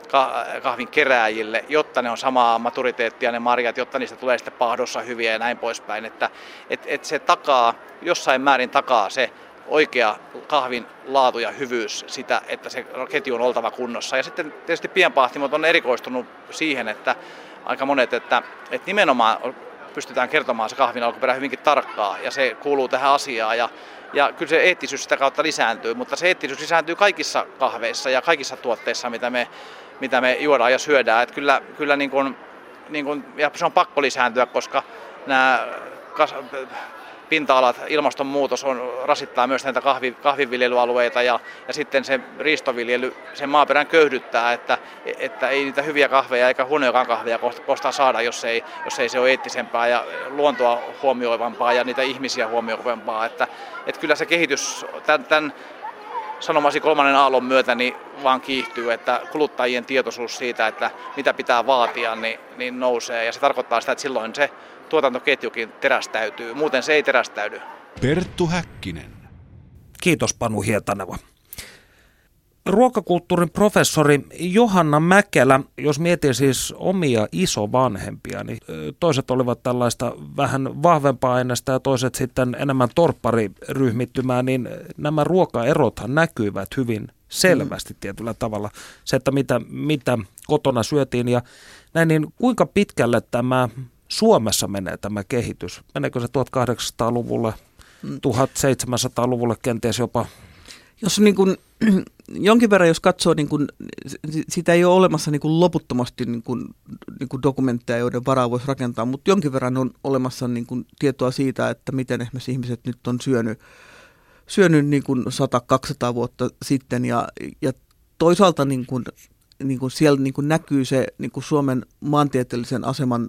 kahvin kerääjille, jotta ne on samaa maturiteettia ne marjat, jotta niistä tulee sitten paahdossa hyviä ja näin poispäin. Että et, et se takaa, jossain määrin takaa se oikea kahvin laatu ja hyvyys sitä, että se ketju on oltava kunnossa. Ja sitten tietysti pienpaahtimot on erikoistunut siihen, että aika monet, että, että nimenomaan pystytään kertomaan se kahvin alkuperä hyvinkin tarkkaa ja se kuuluu tähän asiaan. Ja, ja kyllä se eettisyys sitä kautta lisääntyy, mutta se eettisyys lisääntyy kaikissa kahveissa ja kaikissa tuotteissa, mitä me, mitä me juodaan ja syödään. Että kyllä, kyllä niin kuin, niin kuin, ja se on pakko lisääntyä, koska nämä kas, pinta-alat, ilmastonmuutos on, rasittaa myös näitä kahvi, kahvinviljelyalueita ja, ja sitten se riistoviljely, sen maaperän köyhdyttää, että, että ei niitä hyviä kahveja eikä huonojakaan kahveja kostaan saada, jos ei, jos ei se ole eettisempää ja luontoa huomioivampaa ja niitä ihmisiä huomioivampaa. Että, että kyllä se kehitys tämän, tämän sanomasi kolmannen aallon myötä niin vaan kiihtyy, että kuluttajien tietoisuus siitä, että mitä pitää vaatia, niin, niin nousee ja se tarkoittaa sitä, että silloin se tuotantoketjukin terästäytyy. Muuten se ei terästäydy. Perttu Häkkinen. Kiitos Panu Hietaneva. Ruokakulttuurin professori Johanna Mäkelä, jos mietin siis omia isovanhempia, niin toiset olivat tällaista vähän vahvempaa aineesta ja toiset sitten enemmän torppariryhmittymää, niin nämä ruokaerothan näkyvät hyvin selvästi tietyllä tavalla. Se, että mitä, mitä kotona syötiin ja näin, niin kuinka pitkälle tämä Suomessa menee tämä kehitys? Meneekö se tuhatkahdeksansataaluvulle, tuhatseitsemänsataaluvulle kenties jopa? Jos niin kuin, jonkin verran, jos katsoo, niin kuin, sitä ei ole olemassa niin kuin loputtomasti niin kuin, niin kuin dokumentteja, joiden varaa voisi rakentaa, mutta jonkin verran on olemassa niin kuin tietoa siitä, että miten esimerkiksi ihmiset nyt on syönyt, syönyt niin kuin sata kaksisataa vuotta sitten ja, ja toisaalta niin kuin, niin kuin siellä niin kuin näkyy se niin kuin Suomen maantieteellisen aseman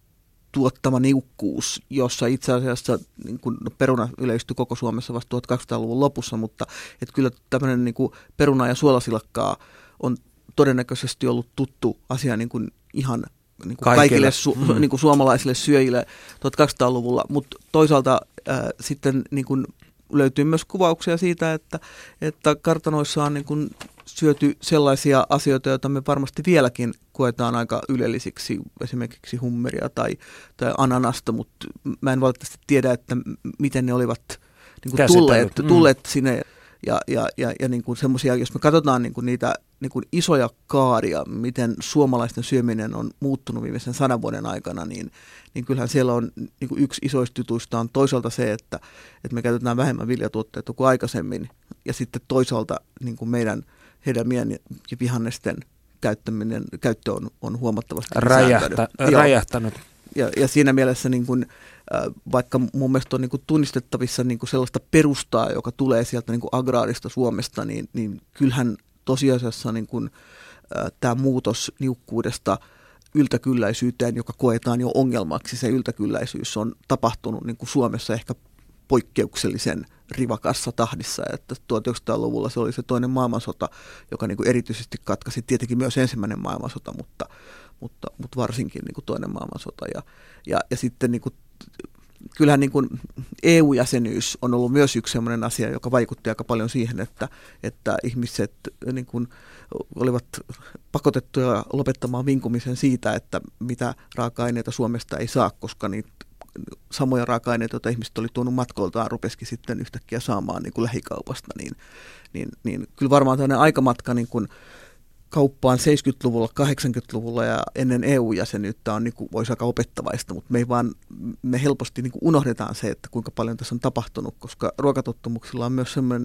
tuottama niukkuus, jossa itse asiassa niin kuin, no, peruna yleistyi koko Suomessa vasta tuhatkahdeksansataaluvun lopussa, mutta että kyllä tämmöinen niin kuin peruna ja suolasilakkaa on todennäköisesti ollut tuttu asia niin kuin ihan niin kuin kaikille su, mm. niin kuin suomalaisille syöjille tuhatkahdeksansataaluvulla, mutta toisaalta äh, sitten niin kuin löytyy myös kuvauksia siitä, että, että kartanoissa on niin kuin syöty sellaisia asioita, joita me varmasti vieläkin koetaan aika ylellisiksi, esimerkiksi hummeria tai, tai ananasta, mutta mä en valitettavasti tiedä, että miten ne olivat niin kuin tulleet, mm. tulleet sinne. Ja, ja, ja, ja niin kuin semmoisia, jos me katsotaan niin kuin niitä niin kuin isoja kaaria, miten suomalaisten syöminen on muuttunut viimeisen sadan vuoden aikana, niin, niin kyllähän siellä on niin kuin yksi isoista jutuista on toisaalta se, että, että me käytetään vähemmän viljatuotteita kuin aikaisemmin, ja sitten toisaalta niin kuin meidän hedelmien ja vihannesten käyttäminen, käyttö on, on huomattavasti Räjähtä, räjähtänyt. Ja, ja siinä mielessä niin kuin, äh, vaikka mun mielestä on niin kuin tunnistettavissa niin kuin sellaista perustaa, joka tulee sieltä niin kuin agraarista Suomesta, niin, niin kyllähän tosiasiassa niin kuin, äh, tämä muutos niukkuudesta yltäkylläisyyteen, joka koetaan jo ongelmaksi, se yltäkylläisyys on tapahtunut niin kuin Suomessa ehkä poikkeuksellisen rivakassa tahdissa, että tuhatyhdeksänsataaluvulla se oli se toinen maailmansota, joka niin kuin erityisesti katkaisi tietenkin myös ensimmäinen maailmansota, mutta, mutta, mutta varsinkin niin kuin toinen maailmansota. Ja, ja, ja sitten niin kuin, kyllähän niin kuin E U-jäsenyys on ollut myös yksi sellainen asia, joka vaikutti aika paljon siihen, että, että ihmiset niin kuin olivat pakotettuja lopettamaan vinkumisen siitä, että mitä raaka-aineita Suomesta ei saa, koska niitä samoja raaka-aineita, joita ihmiset oli tuonut matkoiltaan, rupesikin sitten yhtäkkiä saamaan niin kuin lähikaupasta, niin, niin, niin kyllä varmaan tämmöinen aikamatka niin kuin kauppaan seitsemänkymmentäluvulla, kahdeksankymmentäluvulla ja ennen E U-jäsenyyttä on, niin kuin, voisi aika opettavaista, mutta me, ei vaan, me helposti niin kuin unohdetaan se, että kuinka paljon tässä on tapahtunut, koska ruokatottumuksilla on myös semmoinen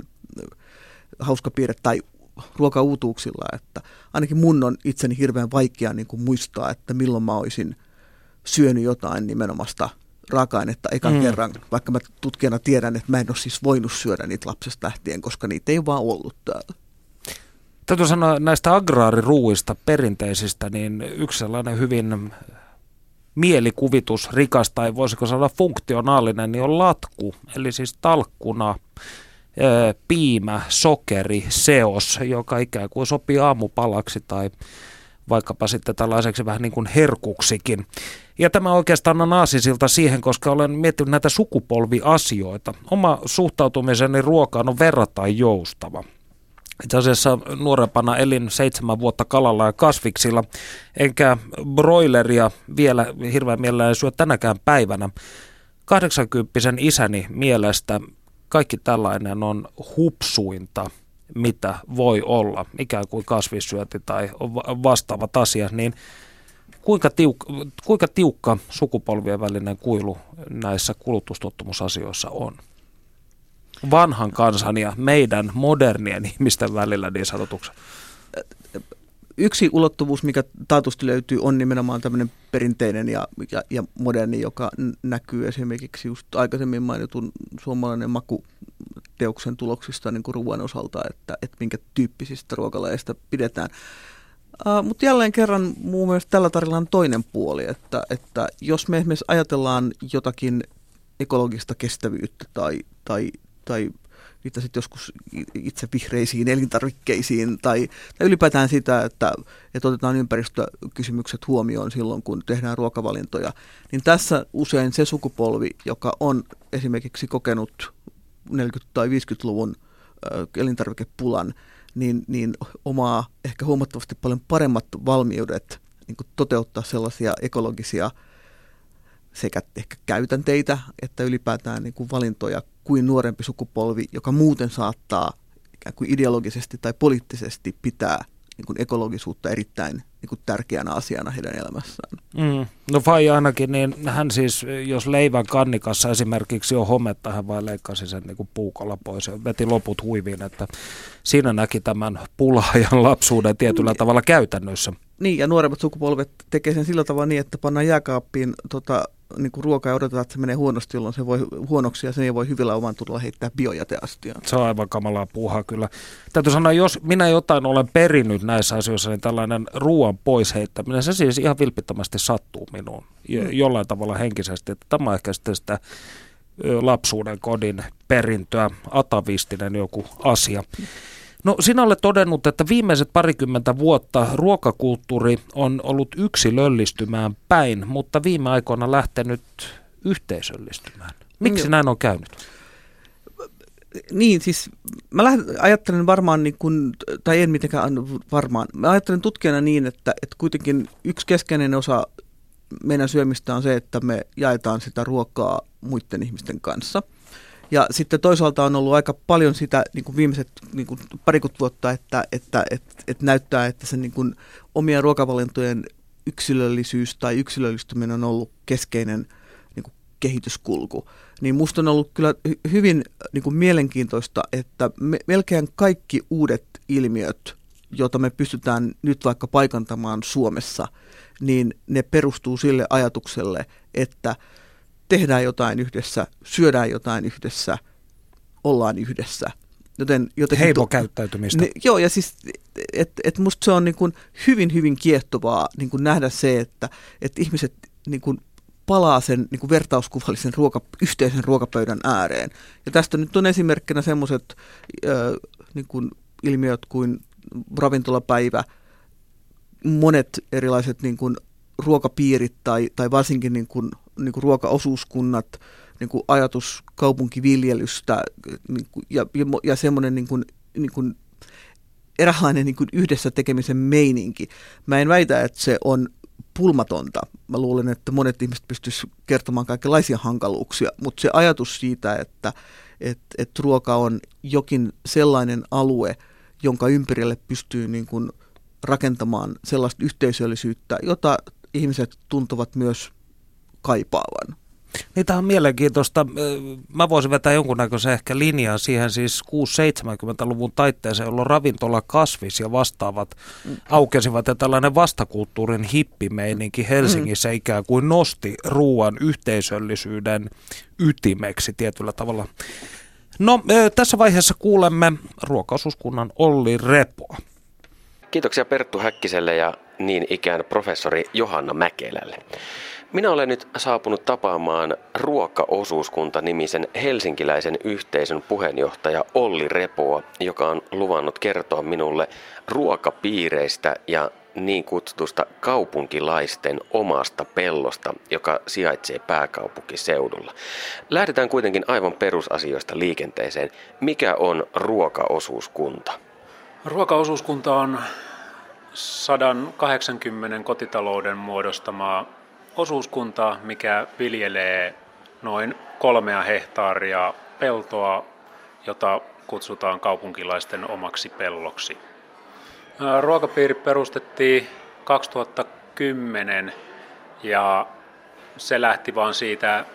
hauska piirre, tai ruokauutuuksilla, että ainakin mun on itseni hirveän vaikea niin kuin muistaa, että milloin mä olisin syönyt jotain nimenomaista raaka-ainetta ekan mm. kerran, vaikka mä tutkijana tiedän, että mä en ole siis voinut syödä niitä lapsesta lähtien, koska niitä ei vaan ollut täällä. Täytyy sanoa näistä agraariruuista perinteisistä, niin yksi sellainen hyvin mielikuvitusrikas tai voisiko sanoa funktionaalinen, niin on latku, eli siis talkkuna, piimä, sokeri, seos, joka ikään kuin sopii aamupalaksi tai vaikkapa sitten tällaiseksi vähän niin kuin herkuksikin. Ja tämä oikeastaan on aasinsilta siihen, koska olen miettinyt näitä sukupolviasioita. Oma suhtautumiseni ruokaan on verrattain joustava. Itse asiassa nuorempana elin seitsemän vuotta kalalla ja kasviksilla, enkä broileria vielä hirveän mielelläni syö tänäkään päivänä. kahdeksankymppisen isäni mielestä kaikki tällainen on hupsuinta, mitä voi olla, ikään kuin kasvissyönti tai vastaavat asiat, niin kuinka tiukka, kuinka tiukka sukupolvien välinen kuilu näissä kulutustottumusasioissa on? Vanhan kansan ja meidän modernien ihmisten välillä niin sanotuksi. Yksi ulottuvuus, mikä taatusti löytyy, on nimenomaan tämmöinen perinteinen ja, ja, ja moderni, joka näkyy esimerkiksi just aikaisemmin mainitun suomalainen makuteoksen tuloksista niin kuin ruoan osalta, että, että minkä tyyppisistä ruokalajeista pidetään. Uh, mutta jälleen kerran mun mielestä tällä tarinalla on toinen puoli, että, että jos me esimerkiksi ajatellaan jotakin ekologista kestävyyttä tai, tai, tai viittasit joskus itse vihreisiin elintarvikkeisiin tai, tai ylipäätään sitä, että, että otetaan ympäristökysymykset huomioon silloin, kun tehdään ruokavalintoja, niin tässä usein se sukupolvi, joka on esimerkiksi kokenut neljäkymmentä- tai viisikymmentäluvun elintarvikepulan, niin, niin omaa ehkä huomattavasti paljon paremmat valmiudet niin kuin toteuttaa sellaisia ekologisia sekä ehkä käytänteitä että ylipäätään niin kuin valintoja kuin nuorempi sukupolvi, joka muuten saattaa ikään kuin ideologisesti tai poliittisesti pitää niin kuin ekologisuutta erittäin niin kuin tärkeänä asiana heidän elämässään. Mm. No Fai ainakin, niin hän siis, jos leivän kannikassa esimerkiksi on hometta, hän vain leikkasi sen niin kuin puukolla pois ja veti loput huiviin, että siinä näki tämän pulaajan lapsuuden tietyllä mm. tavalla käytännössä. Niin, ja nuoremmat sukupolvet tekee sen sillä tavalla niin, että pannaan jääkaappiin tota, niin kuin ruokaa ja odotetaan, että se menee huonosti, jolloin se voi huonoksi ja sen ei voi hyvillä oman tulla heittää biojäteastiaan. Se on aivan kamalaa puuhaa kyllä. Täytyy sanoa, jos minä jotain olen perinnyt näissä asioissa, niin tällainen ruoan pois heittäminen, se siis ihan vilpittömästi sattuu minuun mm. jollain tavalla henkisesti. Että tämä on ehkä sitten sitä lapsuuden kodin perintöä, atavistinen joku asia. No sinä olet todennut, että viimeiset parikymmentä vuotta ruokakulttuuri on ollut yksilöllistymään päin, mutta viime aikoina lähtenyt yhteisöllistymään. Miksi mm. näin on käynyt? Niin, siis mä lähden, ajattelen varmaan, niin kuin, tai en mitenkään varmaan, mä ajattelen tutkijana niin, että, että kuitenkin yksi keskeinen osa meidän syömistä on se, että me jaetaan sitä ruokaa muiden ihmisten kanssa. Ja sitten toisaalta on ollut aika paljon sitä niin kuin viimeiset niin kuin parikymmentä vuotta, että, että, että, että näyttää, että se niin kuin omien ruokavalintojen yksilöllisyys tai yksilöllistyminen on ollut keskeinen niin kuin kehityskulku. Niin musta on ollut kyllä hyvin niin kuin mielenkiintoista, että me, melkein kaikki uudet ilmiöt, joita me pystytään nyt vaikka paikantamaan Suomessa, niin ne perustuu sille ajatukselle, että tehdään jotain yhdessä, syödään jotain yhdessä, ollaan yhdessä. Joten heimokäyttäytymistä. Ne, joo, ja siis että et musta se on niin kuin hyvin, hyvin kiehtovaa niin kuin nähdä se, että et ihmiset niin kuin palaa sen niin kuin vertauskuvallisen ruoka, yhteisen ruokapöydän ääreen. Ja tästä nyt on esimerkkinä semmoiset niin kuin ilmiöt kuin ravintolapäivä, monet erilaiset niin kuin ruokapiirit tai, tai varsinkin niin kuin, niin kuin ruokaosuuskunnat, niin kuin ajatus kaupunkiviljelystä niin kuin, ja, ja, ja semmoinen niin kuin, niin kuin eräänlainen niin kuin yhdessä tekemisen meininki. Mä en väitä, että se on pulmatonta. Mä luulen, että monet ihmiset pystyisivät kertomaan kaikenlaisia hankaluuksia, mutta se ajatus siitä, että et, et ruoka on jokin sellainen alue, jonka ympärille pystyy niin kuin rakentamaan sellaista yhteisöllisyyttä, jota ihmiset tuntuvat myös kaipaavan. Niin, tämä on mielenkiintoista. Mä voisin vetää jonkunnäköisen ehkä linjaa siihen siis kuusikymmentä-seitsemänkymmentäluvun taitteeseen, jolloin ravintola kasvis ja vastaavat mm. aukesivat ja tällainen vastakulttuurin hippimeininki Helsingissä mm. ikään kuin nosti ruoan yhteisöllisyyden ytimeksi tietyllä tavalla. No, tässä vaiheessa kuulemme ruokaosuuskunnan Olli Repoa. Kiitoksia Perttu Häkkiselle ja niin ikään professori Johanna Mäkelälle. Minä olen nyt saapunut tapaamaan Ruokaosuuskunta-nimisen helsinkiläisen yhteisön puheenjohtaja Olli Repoa, joka on luvannut kertoa minulle ruokapiireistä ja niin kutsutusta kaupunkilaisten omasta pellosta, joka sijaitsee pääkaupunkiseudulla. Lähdetään kuitenkin aivan perusasioista liikenteeseen. Mikä on ruokaosuuskunta? Ruokaosuuskunta on sata kahdeksankymmentä kotitalouden muodostamaa osuuskuntaa, mikä viljelee noin kolmea hehtaaria peltoa, jota kutsutaan kaupunkilaisten omaksi pelloksi. Ruokapiiri perustettiin kaksituhattakymmenen ja se lähti vaan siitä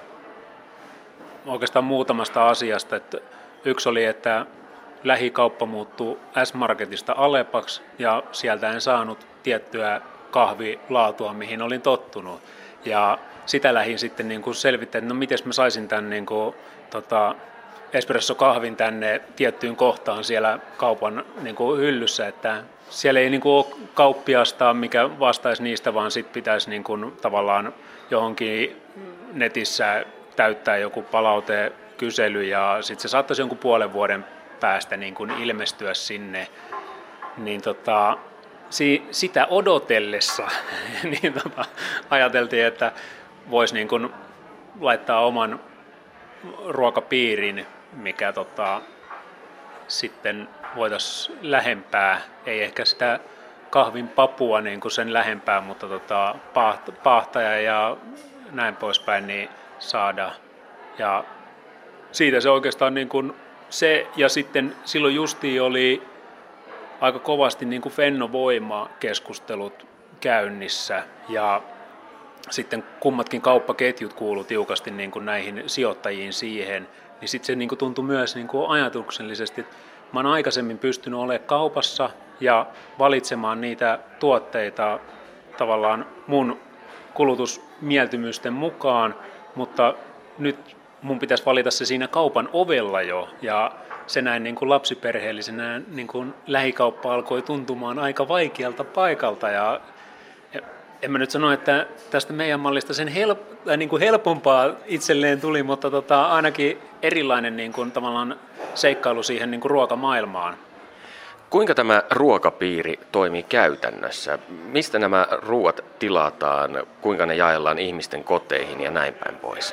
oikeastaan muutamasta asiasta. Että yksi oli, että lähikauppa muuttui S-Marketista Alepaksi ja sieltä en saanut tiettyä kahvilaatua, mihin olin tottunut. Ja sitä lähdin sitten niin kuin selvittämään, että no miten mä saisin tämän niin kuin, tota, espresso-kahvin tänne tiettyyn kohtaan siellä kaupan niin kuin hyllyssä, että siellä ei niin kuin ole kauppiasta, mikä vastaisi niistä, vaan sitten pitäisi niin kuin, tavallaan johonkin netissä täyttää joku palautekysely ja sitten se saattaisi jonkun puolen vuoden päästä niin kuin ilmestyä sinne, niin tota, si, sitä odotellessa niin tota, ajateltiin, että voisi niin kuin laittaa oman ruokapiirin, mikä tota, sitten voitaisiin lähempää, ei ehkä sitä kahvin papua niin kuin sen lähempää, mutta tota, paahtaja ja näin poispäin niin saada. Ja siitä se oikeastaan niin kuin se, ja sitten silloin justiin oli aika kovasti niin kuin Fennovoima-keskustelut käynnissä, ja sitten kummatkin kauppaketjut kuului tiukasti niin kuin näihin sijoittajiin siihen, niin sitten se niin kuin tuntui myös niin kuin ajatuksellisesti, että mä oon aikaisemmin pystynyt olemaan kaupassa ja valitsemaan niitä tuotteita tavallaan mun kulutusmieltymysten mukaan, mutta nyt mun pitäisi valita se siinä kaupan ovella jo, ja se näin niin kuin lapsiperheellisenä niin kuin lähikauppa alkoi tuntumaan aika vaikealta paikalta, ja en mä nyt sano, että tästä meidän mallista sen help, tai niin kuin helpompaa itselleen tuli, mutta tota, ainakin erilainen niin kuin tavallaan seikkailu siihen niin kuin ruokamaailmaan. Kuinka tämä ruokapiiri toimii käytännössä? Mistä nämä ruoat tilataan? Kuinka ne jaellaan ihmisten koteihin ja näin päin pois?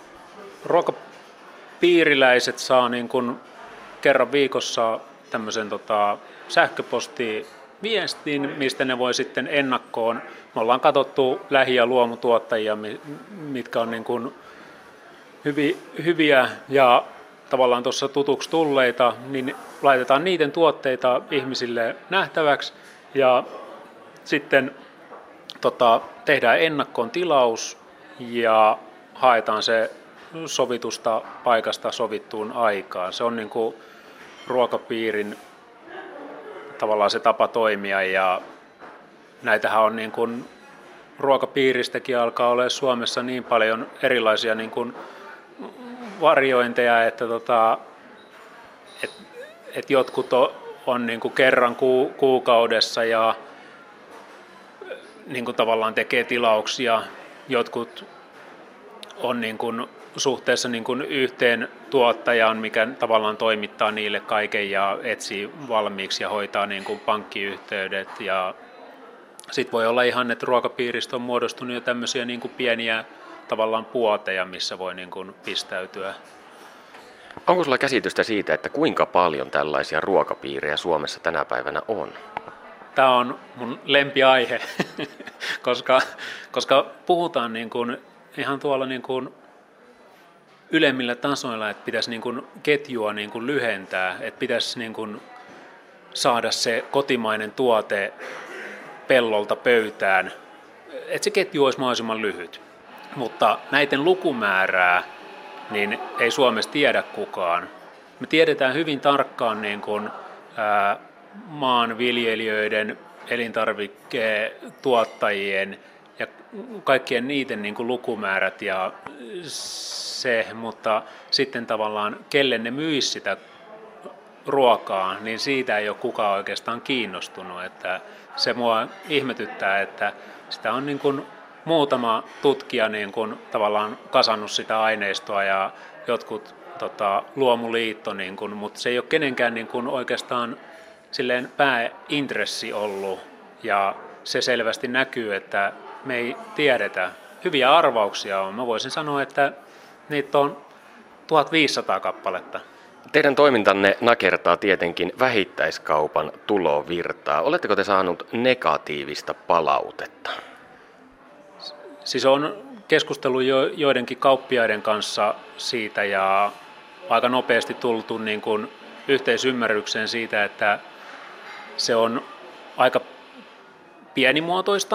Ruokapiiriläiset saa niin kuin kerran viikossa tämmöisen tota, sähköpostiviestin, mistä ne voi sitten ennakkoon. Me ollaan katsottu lähi- ja luomutuottajia, mitkä on niin kuin hyvi, hyviä ja tavallaan tuossa tutuksi tulleita, niin laitetaan niiden tuotteita ihmisille nähtäväksi ja sitten tota, tehdään ennakkoon tilaus ja haetaan se sovitusta paikasta sovittuun aikaan. Se on niin kuin ruokapiirin tavallaan se tapa toimia, ja näitähän on niin kuin ruokapiiristäkin alkaa olla Suomessa niin paljon erilaisia niin kuin variointeja, että tota, et, et jotkut on, on niin kuin kerran ku, kuukaudessa ja niin kuin tavallaan tekee tilauksia, jotkut on niin kuin suhteessa niin kuin yhteen tuottajaan, mikä tavallaan toimittaa niille kaiken ja etsii valmiiksi ja hoitaa niin kuin pankkiyhteydet. Ja sitten voi olla ihan, että ruokapiiristä on muodostunut jo tämmöisiä niin kuin pieniä tavallaan puoteja, missä voi niin kuin pistäytyä. Onko sulla käsitystä siitä, että kuinka paljon tällaisia ruokapiirejä Suomessa tänä päivänä on? Tämä on mun lempiaihe, koska, koska puhutaan niin kuin ihan tuolla niin kuin ylemmillä tasoilla, että pitäisi niin kuin ketjua niin kuin lyhentää, että pitäisi niin kuin saada se kotimainen tuote pellolta pöytään, että se ketju olisi mahdollisimman lyhyt. Mutta näiden lukumäärää niin ei Suomessa tiedä kukaan. Me tiedetään hyvin tarkkaan niin kuin, ää, maanviljelijöiden, elintarviketuottajien ja kaikkien niiden niin kuin lukumäärät ja se, mutta sitten tavallaan kelle ne myisi sitä ruokaa, niin siitä ei ole kukaan oikeastaan kiinnostunut. Että se mua ihmetyttää, että sitä on niin kuin muutama tutkija niin kuin tavallaan kasannut sitä aineistoa ja jotkut tota, luomuliitto, niin kuin, mutta se ei ole kenenkään niin kuin oikeastaan silleen pääintressi ollut, ja se selvästi näkyy, että me ei tiedetä. Hyviä arvauksia on. Mä voisin sanoa, että niitä on tuhatviisisataa kappaletta. Teidän toimintanne nakertaa tietenkin vähittäiskaupan tulovirtaa. Oletteko te saanut negatiivista palautetta? Siis on keskustellut jo joidenkin kauppiaiden kanssa siitä ja aika nopeasti tultu niin kuin yhteisymmärrykseen siitä, että se on aika pienimuotoista,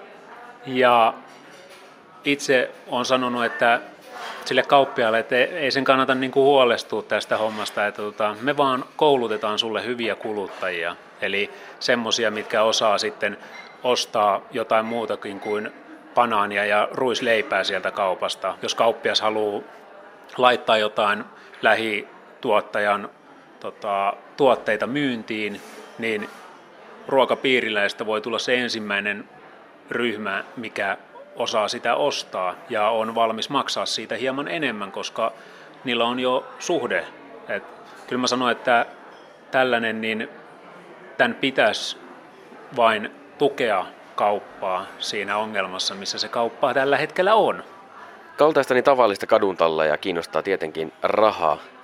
ja itse olen sanonut, että sille kauppiaalle, että ei sen kannata niin kuin huolestua tästä hommasta, että tota, me vaan koulutetaan sulle hyviä kuluttajia, eli semmoisia, mitkä osaa sitten ostaa jotain muutakin kuin banaania ja ruisleipää sieltä kaupasta. Jos kauppias haluaa laittaa jotain lähituottajan tota, tuotteita myyntiin, niin ruokapiiriläistä voi tulla se ensimmäinen ryhmä, mikä osaa sitä ostaa ja on valmis maksaa siitä hieman enemmän, koska niillä on jo suhde. Et kyllä mä sanon, että tällainen, niin tämän pitäisi vain tukea kauppaa siinä ongelmassa, missä se kauppa tällä hetkellä on. Kaltaistani tavallista kaduntallajaa kiinnostaa tietenkin raha.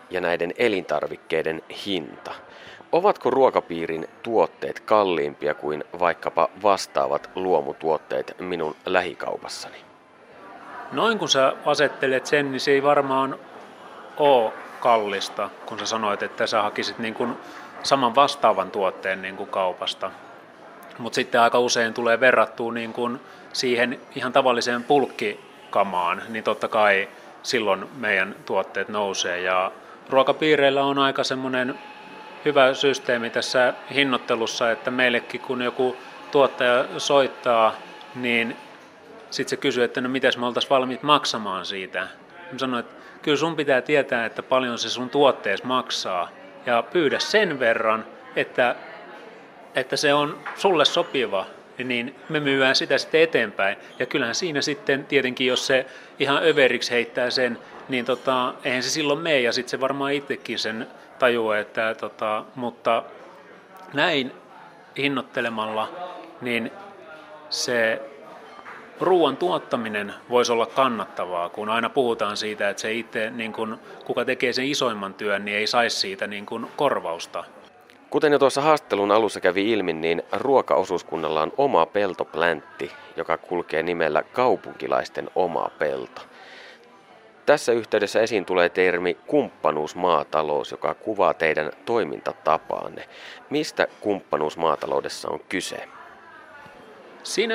ja näiden elintarvikkeiden hinta. Ovatko ruokapiirin tuotteet kalliimpia kuin vaikkapa vastaavat luomutuotteet minun lähikaupassani? Noin kun sä asettelet sen, niin se ei varmaan ole kallista, kun sä sanoit, että sä hakisit niin kuin saman vastaavan tuotteen niin kuin kaupasta. Mutta sitten aika usein tulee verrattua niin kuin siihen ihan tavalliseen pulkkikamaan, niin totta kai silloin meidän tuotteet nousee. Ja ruokapiireillä on aika semmoinen hyvä systeemi tässä hinnoittelussa, että meillekin kun joku tuottaja soittaa, niin sitten se kysyy, että no mitäs me oltaisiin valmiit maksamaan siitä. Mä sanoin, että kyllä sun pitää tietää, että paljon se sun tuottees maksaa ja pyydä sen verran, että, että se on sulle sopiva, niin me myydään sitä sitten eteenpäin. Ja kyllähän siinä sitten tietenkin, jos se ihan överiksi heittää sen, niin tota, eihän se silloin mene ja sitten se varmaan itsekin sen tajuaa, että tota, mutta näin hinnoittelemalla, niin se ruoan tuottaminen voisi olla kannattavaa, kun aina puhutaan siitä, että se itse, niin kun, kuka tekee sen isoimman työn, niin ei saisi siitä niin kun korvausta. Kuten jo tuossa haastattelun alussa kävi ilmi, niin ruokaosuuskunnalla on oma peltopläntti, joka kulkee nimellä kaupunkilaisten oma pelto. Tässä yhteydessä esiin tulee termi kumppanuusmaatalous, joka kuvaa teidän toimintatapaanne. Mistä kumppanuusmaataloudessa on kyse? Siinä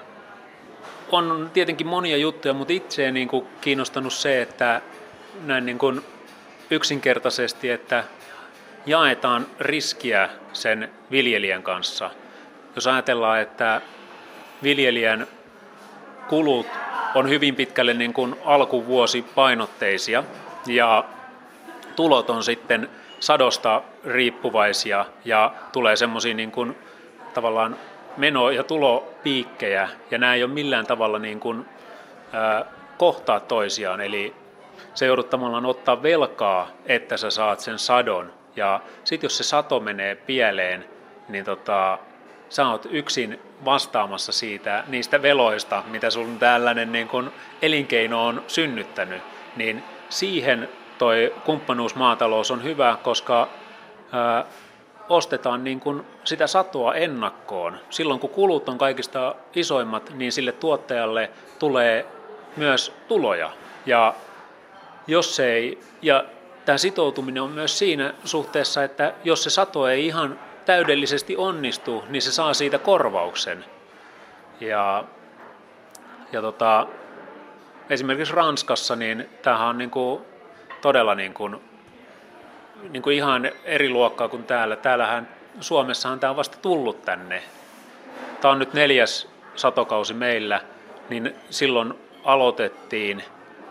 on tietenkin monia juttuja, mutta itseä niin kuin kiinnostanut se, että näin niin kuin yksinkertaisesti, että jaetaan riskiä sen viljelijän kanssa. Jos ajatellaan, että viljelijän kulut on hyvin pitkälle niin kuin alkuvuosipainotteisia ja tulot on sitten sadosta riippuvaisia ja tulee semmoisia niin kuin tavallaan meno- ja tulopiikkejä, ja nämä ei ole millään tavalla niin kuin, ää, kohtaa toisiaan, eli se joudut tavallaan ottaa velkaa, että sä saat sen sadon, ja sitten jos se sato menee pieleen, niin tota, sä oot yksin vastaamassa siitä, niistä veloista, mitä sun tällainen niin kuin elinkeino on synnyttänyt, niin siihen toi kumppanuusmaatalous on hyvä, koska ää, ostetaan niin kuin sitä satoa ennakkoon. Silloin kun kulut on kaikista isoimmat, niin sille tuottajalle tulee myös tuloja. Ja jos se ei, ja tämä sitoutuminen on myös siinä suhteessa, että jos se sato ei ihan täydellisesti onnistu, niin se saa siitä korvauksen. Ja, ja tota, esimerkiksi Ranskassa, niin tämähän on niin kuin todella niin kuin niin kuin ihan eri luokkaa kuin täällä. Täällähän Suomessahan tämä on vasta tullut tänne. Tämä on nyt neljäs satokausi meillä, niin silloin aloitettiin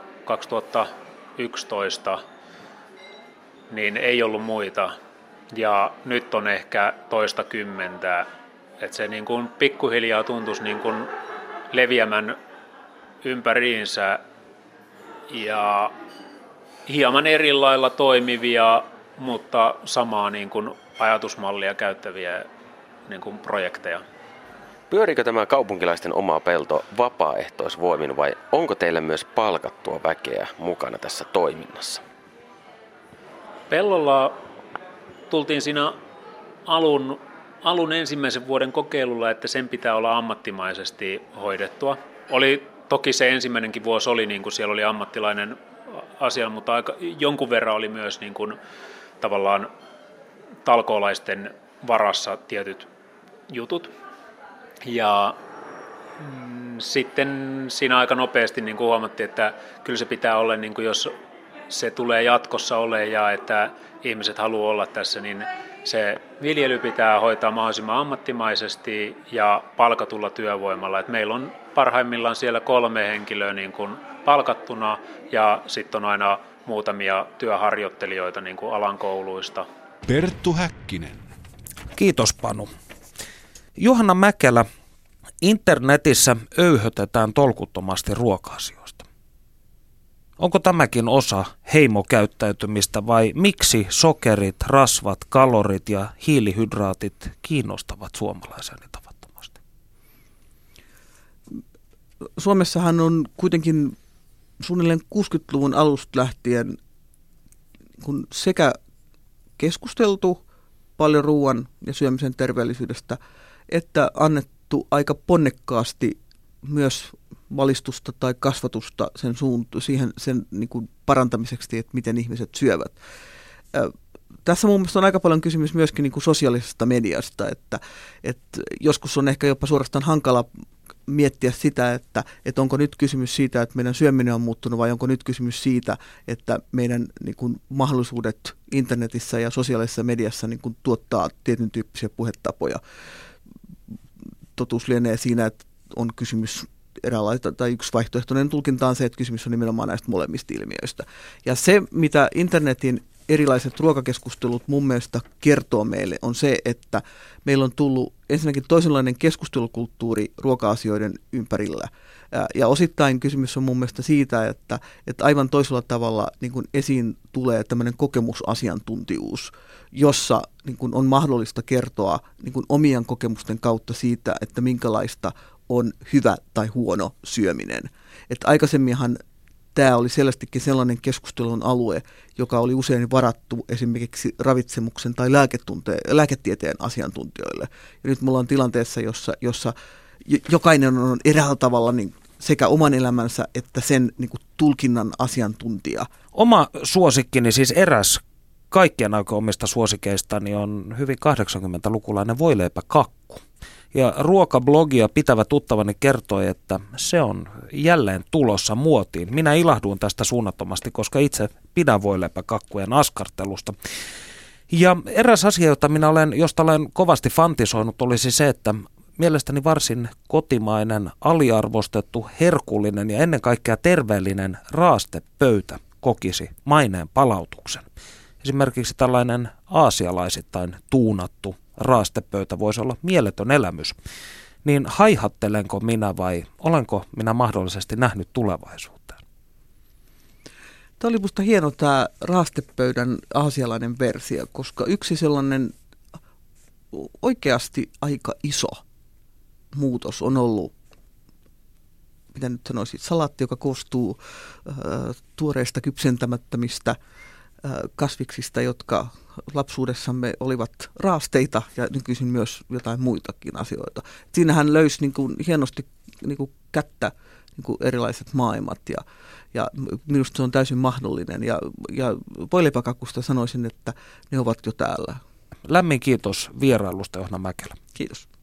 kaksituhattayksitoista, niin ei ollut muita. Ja nyt on ehkä toista kymmentä, että se niin kuin pikkuhiljaa tuntuisi niin kuin leviämään ympäriinsä ja hieman eri lailla toimivia, mutta samaa niin kuin ajatusmallia käyttäviä niin kuin projekteja. Pyörikö tämä kaupunkilaisten oma pelto vapaaehtoisvoimin vai onko teillä myös palkattua väkeä mukana tässä toiminnassa? Pellolla tultiin siinä alun, alun ensimmäisen vuoden kokeilulla, että sen pitää olla ammattimaisesti hoidettua. Oli, toki se ensimmäinenkin vuosi oli, niin kuin siellä oli ammattilainen asia, mutta aika, jonkun verran oli myös niin kuin, tavallaan talkoolaisten varassa tietyt jutut. Ja mm, sitten siinä aika nopeasti niin kuin huomattiin, että kyllä se pitää olla, niin kuin jos se tulee jatkossa olemaan ja että ihmiset haluaa olla tässä, niin se viljely pitää hoitaa mahdollisimman ammattimaisesti ja palkatulla työvoimalla. Et meillä on parhaimmillaan siellä kolme henkilöä niin kuin palkattuna ja sitten on aina muutamia työharjoittelijoita niin kuin alan kouluista. Perttu Häkkinen. Kiitos Panu. Johanna Mäkelä, internetissä öyhötetään tolkuttomasti ruoka-asioista. Onko tämäkin osa heimokäyttäytymistä vai miksi sokerit, rasvat, kalorit ja hiilihydraatit kiinnostavat suomalaisia niin tavattomasti? Suomessahan on kuitenkin suunnilleen kuusikymmentäluvun alusta lähtien kun sekä keskusteltu paljon ruoan ja syömisen terveellisyydestä, että annettu aika ponnekkaasti myös valistusta tai kasvatusta sen suuntu, siihen sen niin kuin parantamiseksi, että miten ihmiset syövät. Tässä mun mielestä on aika paljon kysymys myöskin niin kuin sosiaalisesta mediasta, että, että joskus on ehkä jopa suorastaan hankala miettiä sitä, että, että onko nyt kysymys siitä, että meidän syöminen on muuttunut, vai onko nyt kysymys siitä, että meidän niin kuin, mahdollisuudet internetissä ja sosiaalisessa mediassa niin kuin, tuottaa tietyn tyyppisiä puhetapoja. Totuus lienee siinä, että on kysymys eräänlaista, tai yksi vaihtoehtoinen tulkinta on se, että kysymys on nimenomaan näistä molemmista ilmiöistä. Ja se, mitä internetin erilaiset ruokakeskustelut mun mielestä kertoo meille, on se, että meillä on tullut ensinnäkin toisenlainen keskustelukulttuuri ruoka-asioiden ympärillä. Ja osittain kysymys on mun mielestä siitä, että, että aivan toisella tavalla niin kuin esiin tulee tämmöinen kokemusasiantuntijuus, jossa niin kuin on mahdollista kertoa niin kuin omien kokemusten kautta siitä, että minkälaista on hyvä tai huono syöminen. Että aikaisemminhan tämä oli selvästikin sellainen keskustelun alue, joka oli usein varattu esimerkiksi ravitsemuksen tai lääketieteen asiantuntijoille. Ja nyt me ollaan tilanteessa, jossa, jossa jokainen on eräällä tavalla niin sekä oman elämänsä että sen niin kuin tulkinnan asiantuntija. Oma suosikkini, siis eräs kaikkien aikojen omista suosikeistani, on hyvin kahdeksankymmentälukulainen voileipäkakku. Ja ruokablogia pitävä tuttavani kertoi, että se on jälleen tulossa muotiin. Minä ilahduin tästä suunnattomasti, koska itse pidän voileipäkakkujen askartelusta. Ja eräs asia, jota minä olen, josta olen kovasti fantisoinut, olisi se, että mielestäni varsin kotimainen, aliarvostettu, herkullinen ja ennen kaikkea terveellinen raastepöytä kokisi maineen palautuksen. Esimerkiksi tällainen aasialaisittain tuunattu raastepöytä voisi olla mieletön elämys. Niin haihattelenko minä vai olenko minä mahdollisesti nähnyt tulevaisuuteen? Tämä oli musta hieno tämä raastepöydän aasialainen versio, koska yksi sellainen oikeasti aika iso muutos on ollut, mitä nyt sanoisin, salaatti, joka koostuu äh, tuoreista kypsentämättömistä äh, kasviksista, jotka lapsuudessamme olivat raasteita ja nykyisin myös jotain muitakin asioita. Siinähän löysi niin kuin hienosti niin kuin kättä niin kuin erilaiset maailmat ja, ja minusta se on täysin mahdollinen. Ja, ja voileipäkakusta sanoisin, että ne ovat jo täällä. Lämmin kiitos vierailusta, Johanna Mäkelä. Kiitos.